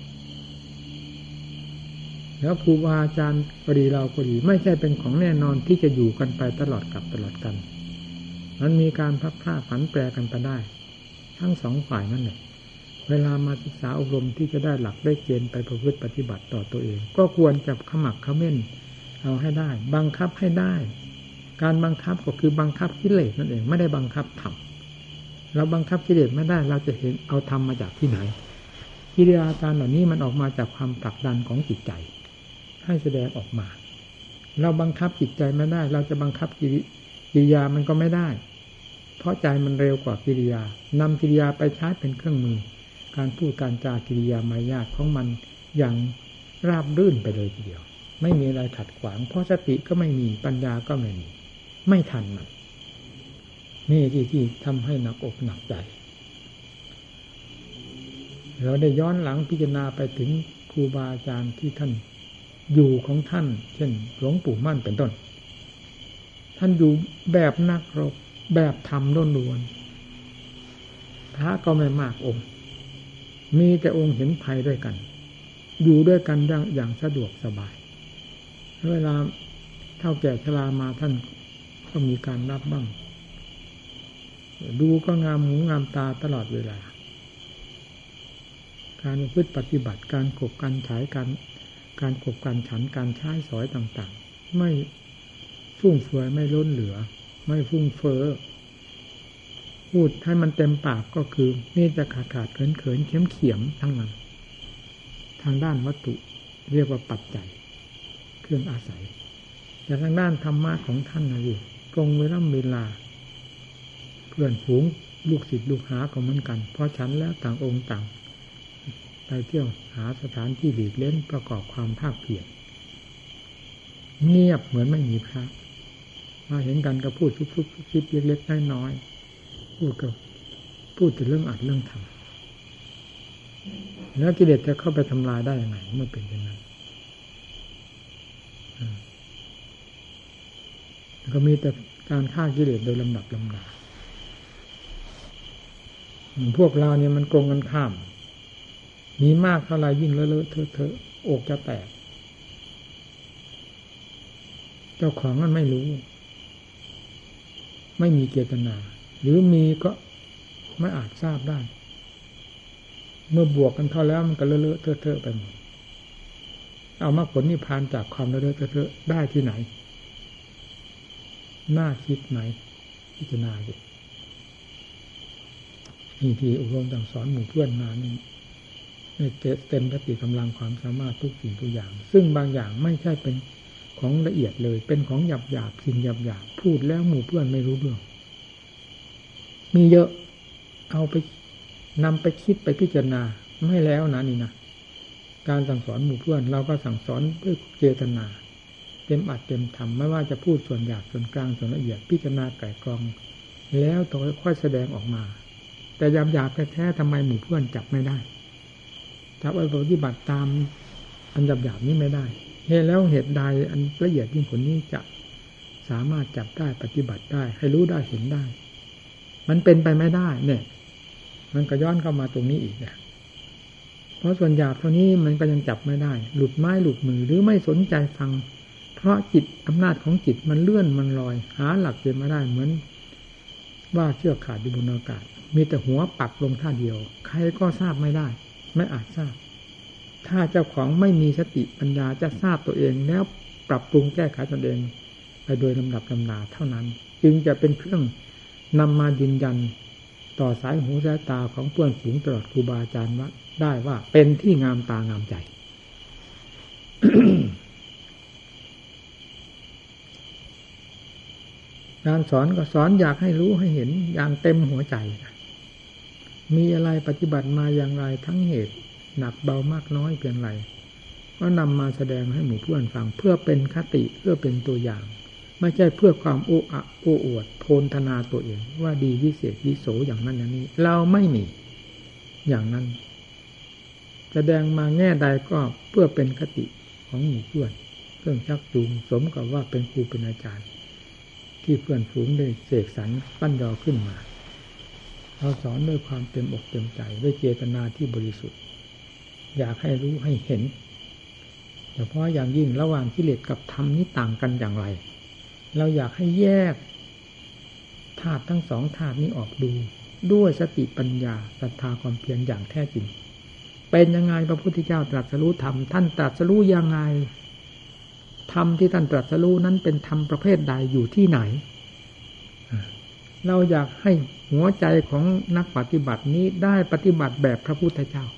แล้วครูบาอาจารย์ก็ดีเราก็ดีไม่ใช่เป็นของแน่นอนที่จะอยู่กันไปตลอดกันมันมีการพัดพลาดผันแปรกันไปได้ทั้งสองฝ่ายนั่นแหละเวลามาศึกษาอบรมที่จะได้หลักได้เกณฑ์ไปประพฤติปฏิบัติต่อตัวเองก็ควรจะขมักเขม้นเอาให้ได้บังคับให้ได้การบังคับก็คือบังคับกิเลสนั่นเองไม่ได้บังคับธรรมเราบังคับกิเลสไม่ได้เราจะเห็นเอาธรรมมาจากที่ไหนกิริยาการเหล่านี้มันออกมาจากความผลักดันของจิตใจให้แสดงออกมาเราบังคับจิตใจไม่ได้เราจะบังคับกิริยามันก็ไม่ได้เพราะใจมันเร็วกว่ากิริยานำกิริยาไปใช้เป็นเครื่องมือการพูดการจากิริยามารยาทของมันอย่างราบรื่นไปเลยทีเดียวไม่มีอะไรขัดขวางเพราะสติก็ไม่มีปัญญาก็ไม่มีไม่ทันมันนี่ที่ทำให้หนักอกหนักใจเราได้ย้อนหลังพิจารณาไปถึงครูบาอาจารย์ที่ท่านอยู่ของท่านเช่นหลวงปู่มั่นเป็นต้นท่านอยู่แบบนักรบแบบธรรมล้วนๆพระก็ไม่มากองค์มีแต่องค์เห็นภัยด้วยกันอยู่ด้วยกันอย่างสะดวกสบายเวลาเฒ่าแก่ชรามาท่านก็มีการรับบ้างดูก็งามหูงามตาตลอดเวลาการพฤติปฏิบัติการขบการฉายการขบการฉันการใช้สอยต่างๆไม่ฟุ่มเฟือยไม่ล้นเหลือไม่ฟุ้งเฟ้อพูดให้มันเต็มปากก็คือนี่จะขาดเขินเข็มทั้งนั้นทางด้านวัตถุเรียกว่าปัจจัยเครื่องอาศัยแต่ทางด้านธรรมะของท่านนะอยู่ตรงเวลาเพื่อนฝูงลูกศิษย์ลูกหาก็เหมือนกันเพราะฉันแล้วต่างองค์ต่างไปเที่ยวหาสถานที่หลีกเล่นประกอบความภาคเพียรเงียบเหมือนไม่มีพระมาเห็นกันก็พูดซุบๆคิดเล็กๆน้อยๆพูดถึงเรื่องอัดเรื่องทำแล้วกิเลสจะเข้าไปทำลายได้ยังไงเมื่อเป็นเช่นนั้นก็มีแต่การฆ่ากิเลสโดยลำดับลำดาพวกเราเนี่ยมันโกงกันข้ามมีมากเท่าไรยิ่งเลอะเทอะอกจะแตกเจ้าของมันไม่รู้ไม่มีเจตนาหรือมีก็ไม่อาจทราบได้เมื่อบวกกันเข้าแล้วมันก็เลอะเทอะไปหมดเอามรรคผลนิพพานจากความเลอะเทอะได้ที่ไหนน่าคิดไหมพิจารณาดินี่ที่อบรมสั่งสอนหมู่เพื่อนมานี่เต็มสติกำลังความสามารถทุกสิ่งทุกอย่างซึ่งบางอย่างไม่ใช่เป็นของละเอียดเลยเป็นของหยาบสิ่งหยาบพูดแล้วหมู่เพื่อนไม่รู้เรื่องมีเยอะเอาไปนำไปคิดไปพิจารณาไม่แล้วนะนี่นะการสั่งสอนหมู่เพื่อนเราก็สั่งสอนด้วยเจตนาเต็มอัดเต็มทำไม่ว่าจะพูดส่วนหยาบส่วนกลางส่วนละเอียดพิจารณาไก่กรองแล้วต่อค่อยแสดงออกมาแต่หยาบแท้ๆทำไมหมู่เพื่อนจับไม่ได้จับไว้ปฏิบัติตามอันหยาบนี้ไม่ได้เหตุใดอันละเอียดยิ่งกว่านี้จะสามารถจับได้ปฏิบัติได้ให้รู้ได้เห็นได้มันเป็นไปไม่ได้เนี่ยมันก็ย้อนเข้ามาตรงนี้อีกเนี่ยเพราะส่วนหยาบเท่านี้มันก็ยังจับไม่ได้หลุดไม้หลุดมือหรือไม่สนใจฟังเพราะจิตอำนาจของจิตมันเลื่อนมันลอยหาหลักเกณฑ์ไม่ได้เหมือนว่าเชือกขาดอยู่บนอากาศมีแต่หัวปักลงท่าเดียวใครก็ทราบไม่ได้ไม่อาจทราบถ้าเจ้าของไม่มีสติปัญญาจะทราบตัวเองแล้วปรับปรุงแก้ไขตนเองไปโดยลำดับลำดาเท่านั้นจึงจะเป็นเครื่องนำมายืนยันต่อสายหูสายตาของเพื่อนฝูงตลอดครูบาอาจารย์ว่าได้ว่าเป็นที่งามตางามใจ การสอนก็สอนอยากให้รู้ให้เห็นอย่างเต็มหัวใจมีอะไรปฏิบัติมาอย่างไรทั้งเหตุหนักเบามากน้อยเพียงไรก็นำมาแสดงให้หมู่เพื่อนฟังเพื่อเป็นคติเพื่อเป็นตัวอย่างไม่ใช่เพื่อความโอ้อวดโพลธนาตัวเองว่าดีวิเศษวิโสอย่างนั้นอย่างนี้เราไม่มีอย่างนั้นแสดงมาแง่ใดก็เพื่อเป็นคติของหมู่เพื่อนเครื่องชักจูงสมกับว่าเป็นครูเป็นอาจารย์ที่เพื่อนฝูงได้เสกสรรปั้นยอขึ้นมาเราสอนด้วยความเต็มอกเต็มใจด้วยเจตนาที่บริสุทธิ์อยากให้รู้ให้เห็นเฉพาะอย่างยิ่งระหว่างกิเลสกับธรรมนี้ต่างกันอย่างไรเราอยากให้แยกธาตุทั้งสองธาตุนี้ออกดูด้วยสติปัญญาศรัทธาความเพียรอย่างแท้จริงเป็นยังไงพระพุทธเจ้าตรัสรู้ธรรมท่านตรัสรู้ยังไงธรรมที่ท่านตรัสรู้นั้นเป็นธรรมประเภทใดอยู่ที่ไหนเราอยากให้หัวใจของนักปฏิบัตินี้ได้ปฏิบัติแบบพระพุทธเจ้า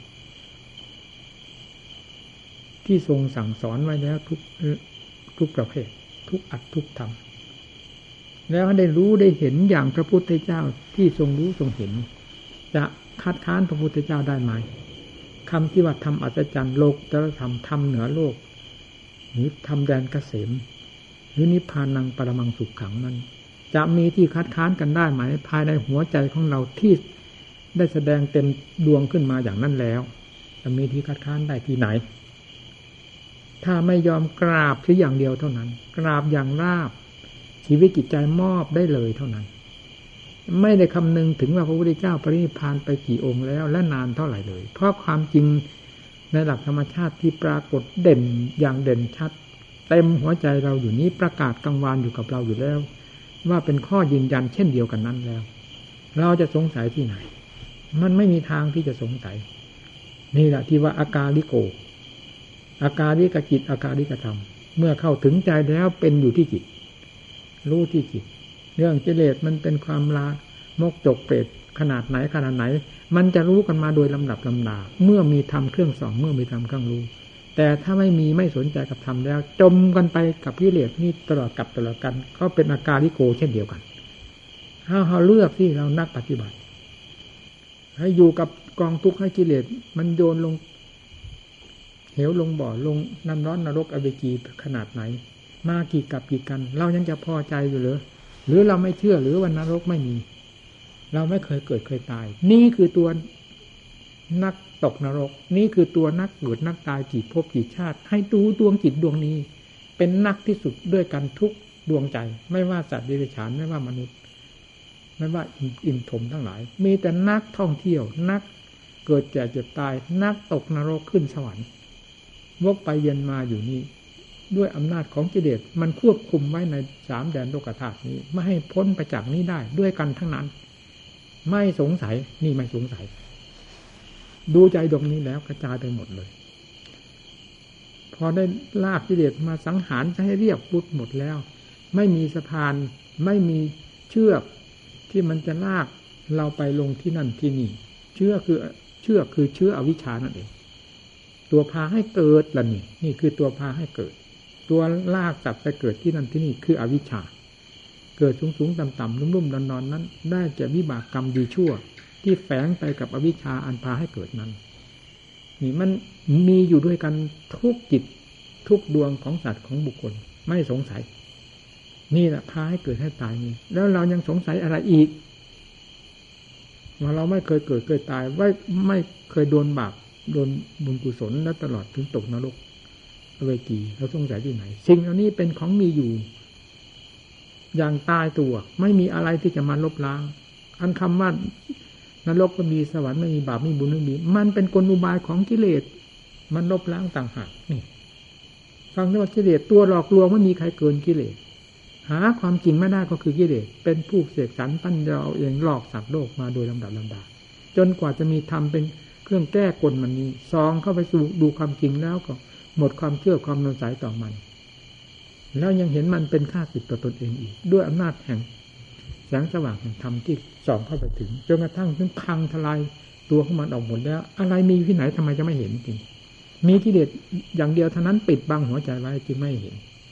ที่ทรงสั่งสอนไว้แล้วทุกประเภททุกอัตทุกธรรมแล้วได้รู้ได้เห็นอย่างพระพุทธเจ้าที่ทรงรู้ทรงเห็นจะคัดค้านพระพุทธเจ้าได้ไหมคำที่ว่าทำอัศจรรย์โลกตรธรรมทำเหนือโลกหรือทำแดนเกษมหรือนิพพานังปรมังสุขขังนั้นจะมีที่คัดค้านกันได้ไหมภายในหัวใจของเราที่ได้แสดงเต็มดวงขึ้นมาอย่างนั้นแล้วจะมีที่คัดค้านได้ที่ไหนถ้าไม่ยอมกราบเพียงอย่างเดียวเท่านั้นกราบอย่างราบชีวิตจิตใจมอบได้เลยเท่านั้นไม่ได้คำนึงถึงว่าพระพุทธเจ้าปรินิพพานไปกี่องค์แล้วและนานเท่าไหร่เลยเพราะความจริงในหลักธรรมชาติที่ปรากฏเด่นอย่างเด่นชัดเต็มหัวใจเราอยู่นี้ประกาศกังวานอยู่กับเราอยู่แล้วว่าเป็นข้อยืนยันเช่นเดียวกันนั้นแล้วเราจะสงสัยที่ไหนมันไม่มีทางที่จะสงสัยนี่แหละที่ว่าอากาลิโกอาการลิกจิตอาการลิกธรรมเมื่อเข้าถึงใจแล้วเป็นอยู่ที่จิตรู้ที่จิตเรื่องกิเลสมันเป็นความลามกจกเปรตขนาดไหนมันจะรู้กันมาโดยลำดับลำดาเมื่อมีธรรมเครื่องส่องเมื่อมีธรรมเครื่องรู้แต่ถ้าไม่มีไม่สนใจกับธรรมแล้วจมกันไปกับกิเลสนี่ตลอดกับตลอดกันก็เป็นอาการลิโกเช่นเดียวกันเราเลือกที่เรานักปฏิบัติให้อยู่กับกองทุกข์ให้กิเลสมันโยนลงเหวลงบ่อลงน้ำร้อนนรกอเวจีขนาดไหนมากี่กับกี่กันเรายังจะพอใจอยู่หรือเราไม่เชื่อหรือว่านรกไม่มีเราไม่เคยเกิดเคยตายนี่คือตัวนักตกนรกนี่คือตัวนักเกิดนักตายกี่ภพกี่ชาติให้ดูดวงจิตดวงนี้เป็นนักที่สุดด้วยกันทุกดวงใจไม่ว่าสัตว์เดรัจฉานไม่ว่ามนุษย์ไม่ว่าอินทมทั้งหลายมีแต่นักท่องเที่ยวนักเกิดแก่เจ็บตายนักตกนรกขึ้นสวรรค์วกไปเวียนมาอยู่นี่ด้วยอำนาจของกิเลสมันควบคุมไว้ในสามแดนโลกธาตุนี้ไม่ให้พ้นไปจากนี้ได้ด้วยกันทั้งนั้นไม่สงสัยนี่ไม่สงสัยดูใจดวงนี้แล้วกระจายไปหมดเลยพอได้ลากกิเลสมาสังหารจะให้เรียบพุทธหมดแล้วไม่มีสะพานไม่มีเชือกที่มันจะลากเราไปลงที่นั่นที่นี่เชือกคือเชื้ออวิชชานั่นเองตัวพาให้เกิดล่ะนี่คือตัวพาให้เกิดตัวลากสัตว์ไปเกิดที่นั่นที่นี่คืออวิชชาเกิดสูงๆต่ำๆลุ่มๆนอนๆนั้นได้แก่วิบากกรรมดีชั่วที่แฝงไปกับอวิชชาอันพาให้เกิดนั้นนี่มันมีอยู่ด้วยกันทุกจิตทุกดวงของสัตว์ของบุคคลไม่สงสัยนี่แหละพาให้เกิดให้ตายนี่แล้วเรายังสงสัยอะไรอีกว่าเราไม่เคยเกิดเคยตายไม่เคยโดนบาปโดนบุญกุศลและตลอดถึงตกนรกอเวจีเราสงสัยที่ไหนสิ่งเหล่านี้เป็นของมีอยู่อย่างตายตัวไม่มีอะไรที่จะมาลบล้างอันคำว่านรกก็มีสวรรค์ไม่มีบาปไม่มีบุญไม่มีมันเป็นกลอุบายของกิเลสมันลบล้างต่างหากนี่ฟังได้ว่ากิเลสตัวหลอกลวงไม่มีใครเกินกิเลสหาความจริงไม่ได้ก็คือกิเลสเป็นผู้เสกสรรปั้นยาเอาเองหลอกสัตว์โลกมาโดยลำดับลำดาจนกว่าจะมีธรรมเป็นเครื่องแก้กลมันนี้ซองเข้าไปสู่ดูความจริงแล้วก็หมดความเชื่อความนำสายต่อมันแล้วยังเห็นมันเป็นค่าศึกต่อตนเองอีกด้วยอำนาจแห่งแสงสว่างแห่งธรรมที่ส่องเข้าไปถึงจนกระทั่งถึงพังทลายตัวของมันออกหมดแล้วอะไรมีที่ไหนทำไมจะไม่เห็นจริงมีกิเลสอย่างเดียวเท่านั้นปิดบังหัวใจไว้จึงไม่เห็น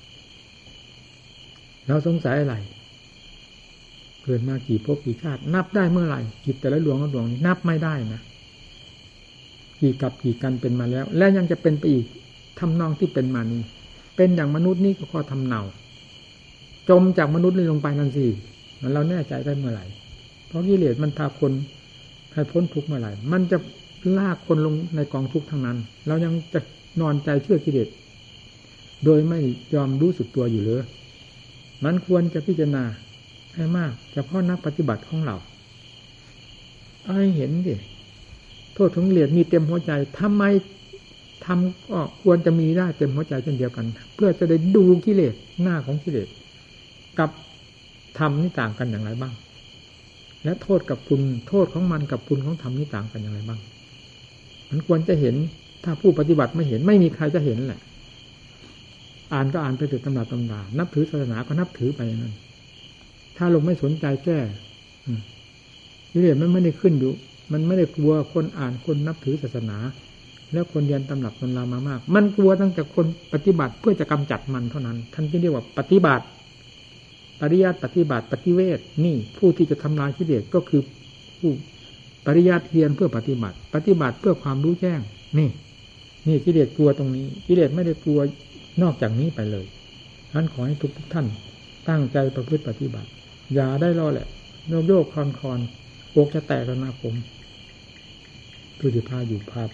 เราสงสัยอะไรเกิดมากี่ภพกี่ชาตินับได้เมื่อไหร่จิตแต่ละดวงนี้นับไม่ได้นะกี่กับกี่กันเป็นมาแล้วและยังจะเป็นไปอีกทำนองที่เป็นมานี้เป็นอย่างมนุษย์นี่ก็ข้อทำเนาจมจากมนุษย์นี่ลงไปนั่นสิเราแน่ใจได้เมื่อไหร่เพราะกิเลสมันพาคนให้พ้นทุกข์เมื่อไหร่มันจะลากคนลงในกองทุกข์ทั้งนั้นเรายังจะนอนใจเชื่อกิเลสโดยไม่ยอมรู้สึกตัวอยู่เลยมันควรจะพิจารณาให้มากเฉพาะนักปฏิบัติของเราให้เห็นดิโทษของกิเลสมีเต็มหัวใจทำไมทำก็ควรจะมีได้เต็มหัวใจเช่นเดียวกันเพื่อจะได้ดูกิเลสหน้าของกิเลสกับธรรมนี่ต่างกันอย่างไรบ้างและโทษกับคุณโทษของมันกับคุณของธรรมนี่ต่างกันอย่างไรบ้างมันควรจะเห็นถ้าผู้ปฏิบัติไม่เห็นไม่มีใครจะเห็นแหละอ่านก็อ่านไปถึงตำราตำรานับถือศาสนาก็นับถือไปอย่างนั้นถ้าลงไม่สนใจแก้กิเลสมันไม่ได้ขึ้นอยู่มันไม่ได้กลัวคนอ่านคนนับถือศาสนาแล้วคนเรียนตำรับตำรามามากมันกลัวตั้งแต่คนปฏิบัติเพื่อจะกำจัดมันเท่านั้นท่านจึงเรียกว่าปฏิบัติปริยัติปฏิบัติปฏิเวทนี่ผู้ที่จะทำลายกิเลสก็คือผู้ปริยัติเรียนเพื่อปฏิบัติปฏิบัติเพื่อความรู้แจ้งนี่กิเลสกลัวตรงนี้กิเลสไม่ได้กลัวนอกจากนี้ไปเลยฉะนั้นขอให้ทุกท่านตั้งใจประพฤติปฏิบัติอย่าได้รอแหละโยกคอนอกจะแตกแล้วนะผมผู้ที่พาอยู่พา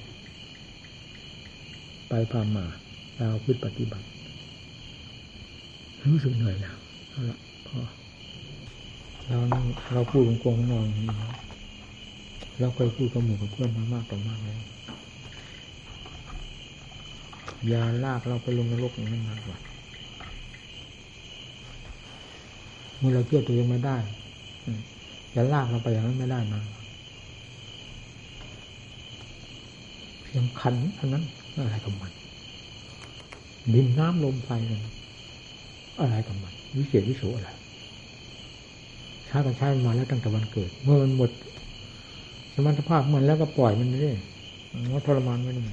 ไปพามาเราพึ่งปฏิบัติรู้สึกเหนื่อยแล้วเอาละพอเราพูดโกงๆนอนเราเคยพูดกับหมู่กับเพื่อนมามากต่อมากแล้วอย่าลากเราไปลงนรกอย่างนั้นมากกว่าเมื่อเราเชื่อตัวเองไม่ได้อย่าลากเราไปอย่างนั้นไม่ได้นะเพียงขันอันนั้นอะไรกับมันดินน้ำลมไฟอะไรกับมันวิเศษวิโสอะไรใช้กันใช้มาแล้วตั้งแต่วันเกิดเมื่อมันหมดสมรรถภาพมันแล้วก็ปล่อยมันเรื่อยว่าทรมานไม่ได้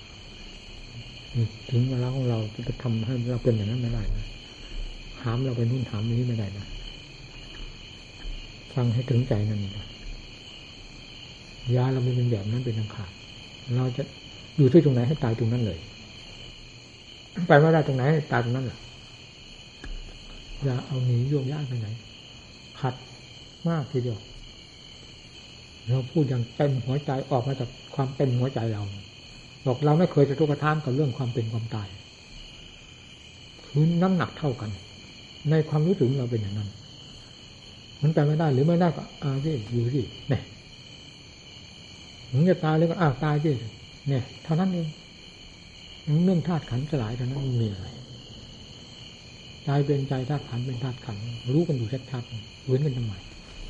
ถึงเวลาของเราจะทำให้เราเป็นอย่างนั้นไม่ได้นะหามเราไปนู่นหามนี้ไม่ได้นะฟังให้ถึงใจนั่นนะยาเราไม่เป็นแบบนั้นเป็นอันขาดเราจะอยู่ที่ตรงไหนให้ตายตรงนั้นเลยไปไม่ได้ตรงไหนให้ตายตรงนั้นแหละอย่าเอาหนีโยกย้ายไปไหนขัดมากทีเดียวเราพูดอย่างเต็มหัวใจออกมาจากความเป็นหัวใจเราบอกเราไม่เคยจะทุกข์ทานกับเรื่องความเป็นความตายคือน้ำหนักเท่ากันในความรู้สึกเราเป็นอย่างนั้นมันไปไม่ได้หรือไม่ได้ก็สิอยู่สิเนี่ยมึงจะตายเลยก็ตายสิเนี่ยเท่านั้นเองเรื่องธาตุขันธ์สลายเท่านั้นมีอะไรใจเป็นใจธาตุขันธ์เป็นธาตุขันธ์รู้กันอยู่ชัดๆเว้นกันทำไม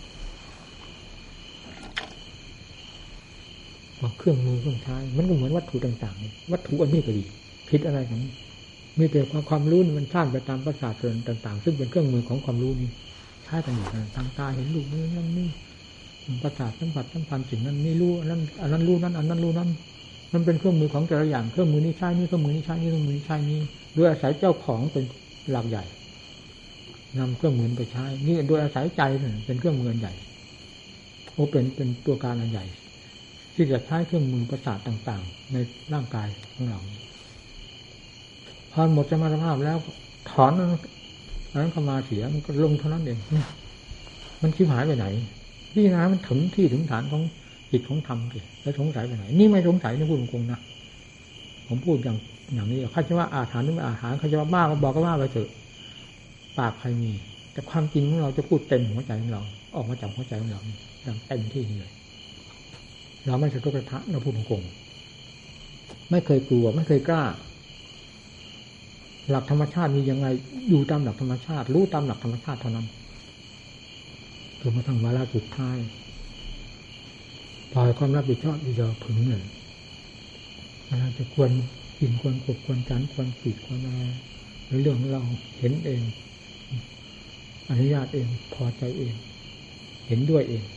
เครื่องมือเครื่องใช้มันก็เหมือนวัตถุต่างๆวัตถุอันนี้ก็ดีผิดอะไรของมีแต่ความรู้มันสร้างไปตามประสาทต่างๆซึ่งเป็นเครื่องมือของความรู้นี้ใช้กันอยู่ทางตาเห็นรูปนี้นั่นนี่ประสาทสัมผัสสัมพันธ์สิ่งนั้นนี่รู้อันนั้นรู้นั้นอันนั้นรู้นั้นมันเป็นเครื่องมือของแต่ละอย่างเครื่องมือนี้ใช้นี่เครื่องมือนี้ใช้นี่เครื่องมือนี้ใช้นี่โดยอาศัยเจ้าของเป็นหลักใหญ่นำเครื่องมือไปใช้นี่โดยอาศัยใจเป็นเครื่องมือใหญ่โอ้เป็นตัวการอันใหญ่ที่จะใช้เครื่องมือประสาทต่างๆในร่างกายของเราพอหมดสมรรถภาพแล้วถอนนั้นเข้ามาเสียมันก็ลงเท่านั้นเองมันชิบหายไปไหนพี่นะมันถึงที่ถึงฐานของจิตของธรรมสิแล้วสงสัยไปไหนนี่ไม่สงสัยนะพูดตรงๆนะผมพูดอย่างนี้เขาจะว่าอาถรรพ์หรือไม่อาถรรพ์เขาจะว่าบ้าก็บอกก็ว่าไปเถอะปากใครมีแต่ความจริงของเราจะพูดเต็มหัวใจของเราออกมาจากหัวใจของเราอย่างเต็มที่เลยเราไม่สะทกสะท้านเราพูดตรงๆไม่เคยกลัวไม่เคยกล้าหลักธรรมชาติมียังไงอยู่ตามหลักธรรมชาติรู้ตามหลักธรรมชาติเท่านั้นจนมาทั้งวาระสุดท้ายปล่อยความรับผิดชอบที่จะพึงเลยเราจะควรกินควรกบควรฉันควรปิดควรอะไรเรื่องเราเห็นเองอนุญาตเองพอใจเองเห็นด้วยเอง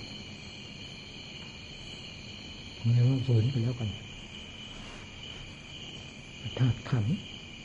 ผมเรียกว่าฝืนไปแล้วกันธาตุขันธ์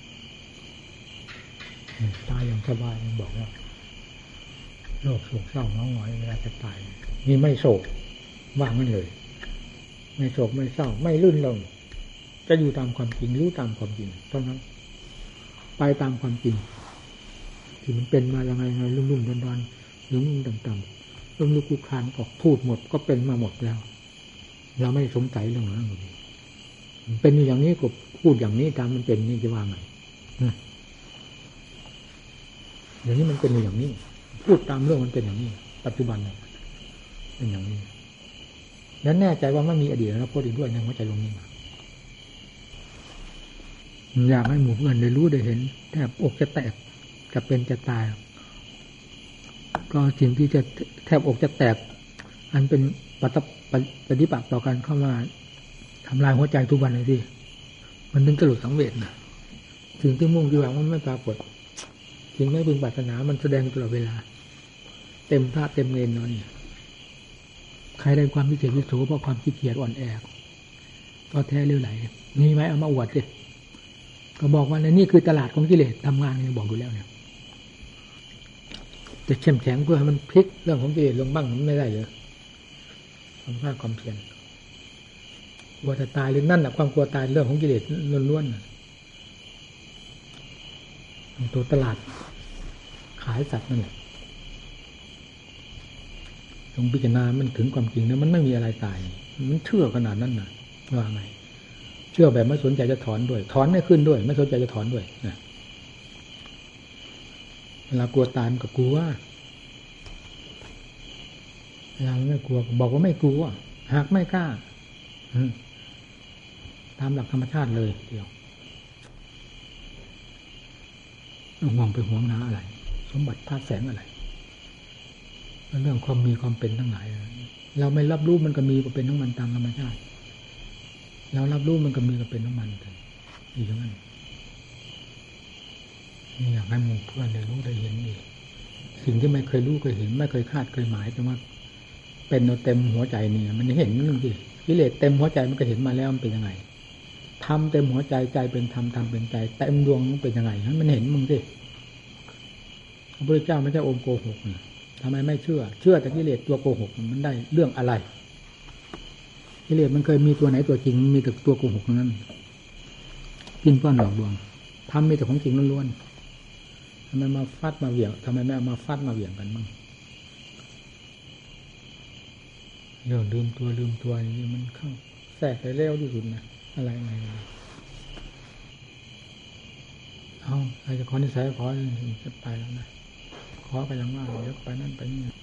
ตายอย่างสบายบอกว่าโรคโศกเศร้าเงาหงอยเวลาจะตายนี่ไม่โศกว่างมันเลยไม่โศกไม่เศร้าไม่ลื่นลงจะอยู่ตามความจริงรู้ตามความจริงเท่านั้นไปตามความจริงที่มันเป็นมายังไงลุ่มๆดอนๆลุ่มๆต่ำๆลุ่มลุกคลุกคลานก็พูดหมดก็เป็นมาหมดแล้วเราไม่สงสัยเรื่องนั้นเลยมันเป็นอย่างนี้ก็พูดอย่างนี้ตามมันเป็นนี่จะว่าไงอย่างนี้มันเป็นอย่างนี้พูดตามเรื่องมันเป็นอย่างนี้ปัจจุบันเป็นอย่างนี้แล้วแน่ใจว่าไม่มีอดีตแล้วพูดอีกด้วยในหัวใจลงนี้อยากให้หมู่เพื่อนได้รู้ได้เห็นแทบอกจะแตกจะเป็นจะตายก็สิ่งที่จะแทบอกจะแตกอันเป็นปฏิบัติต่อการเข้ามาทำลายหัวใจทุกวันเลยที่มันถึงสรุปสังเวชนะถึงที่มุ่งที่หวังมันไม่ปรากฏถึงไม่พึงปรารถนามันแสดงตลอดเวลาเต็มท่าเต็มเลนนอนเนี่ยใครได้ความพิเศษวิโสเพราะความขี้เกียจอ่อนแอก็แท้เรื่อยไหลมีไหมเอามาอวดสิก็บอกว่านี่คือตลาดของกิเลสทำงานเนี่ยบอกอยู่แล้วเนี่ยจะเข้มแข็งเพื่อให้มันพลิกเรื่องของกิเลสลงบ้างมันไม่ได้เลยความภาคความเพียรกลัวจะตายหรือนั่นแหละความกลัวตายเรื่องของกิเลสล้วนๆตัวตลาดขายสัตว์นั่นแหละตรงพิจารณามันถึงความจริงนะมันไม่มีอะไรตายมันเชื่อขนาดนั้นนะว่าไงเชื่อแบบไม่สนใจจะถอนด้วยถอนไม่ขึ้นด้วยไม่สนใจจะถอนด้วยนะเวลากลัวตายมันก็กลัวเวลาไม่กลัวบอกว่าไม่กลัวหากไม่กล้าตามหลักธรรมชาติเลยเดียวห่วงไปห่วงหาอะไรสมบัติธาตุแสงอะไรเรื่องความมีความเป็นทั้งหลายเราไม่รับรู้มันก็มีก็เป็นทั้งมันตามธรรมชาติเรารับรู้มันก็มีก็เป็นทั้งมันอีกอย่างนั้นนี่อยากให้หมู่เพื่อนได้รู้ได้เห็นอีกสิ่งที่ไม่เคยรู้เคยเห็นไม่เคยคาดเคยหมายแต่ว่าเป็นเต็มหัวใจเนี่ยมันเห็นนั่นสิกิเลสเต็มหัวใจมันก็เห็นมาแล้วมันเป็นยังไงธรรมเต็มหัวใจใจเป็นธรรมธรรมเป็นใจเต็มดวงมันเป็นยังไงมันเห็นมึงสิพระพุทธเจ้าไม่ใช่องค์โกหกนะทำไมไม่เชื่อแต่กิเลสตัวโกหกมันได้เรื่องอะไรกิเลสมันเคยมีตัวไหนตัวจริงมีแต่ตัวโกหกนั้นกินป้อนหลอกลวงทำมีแต่ของจริงล้วนๆทำไมมาฟัดมาเหวี่ยงทำไมไม่เอามาฟัดมาเหวี่ยงกันบ้างเรื่องลืมตัวนี่มันเข้าแทรกไปเร็วที่สุดนะอะไรเอาใครจะขอนิสัยขอจะไปแล้วนะขอไปอย่างว่าเดี๋ยวไปนั่นไปนี่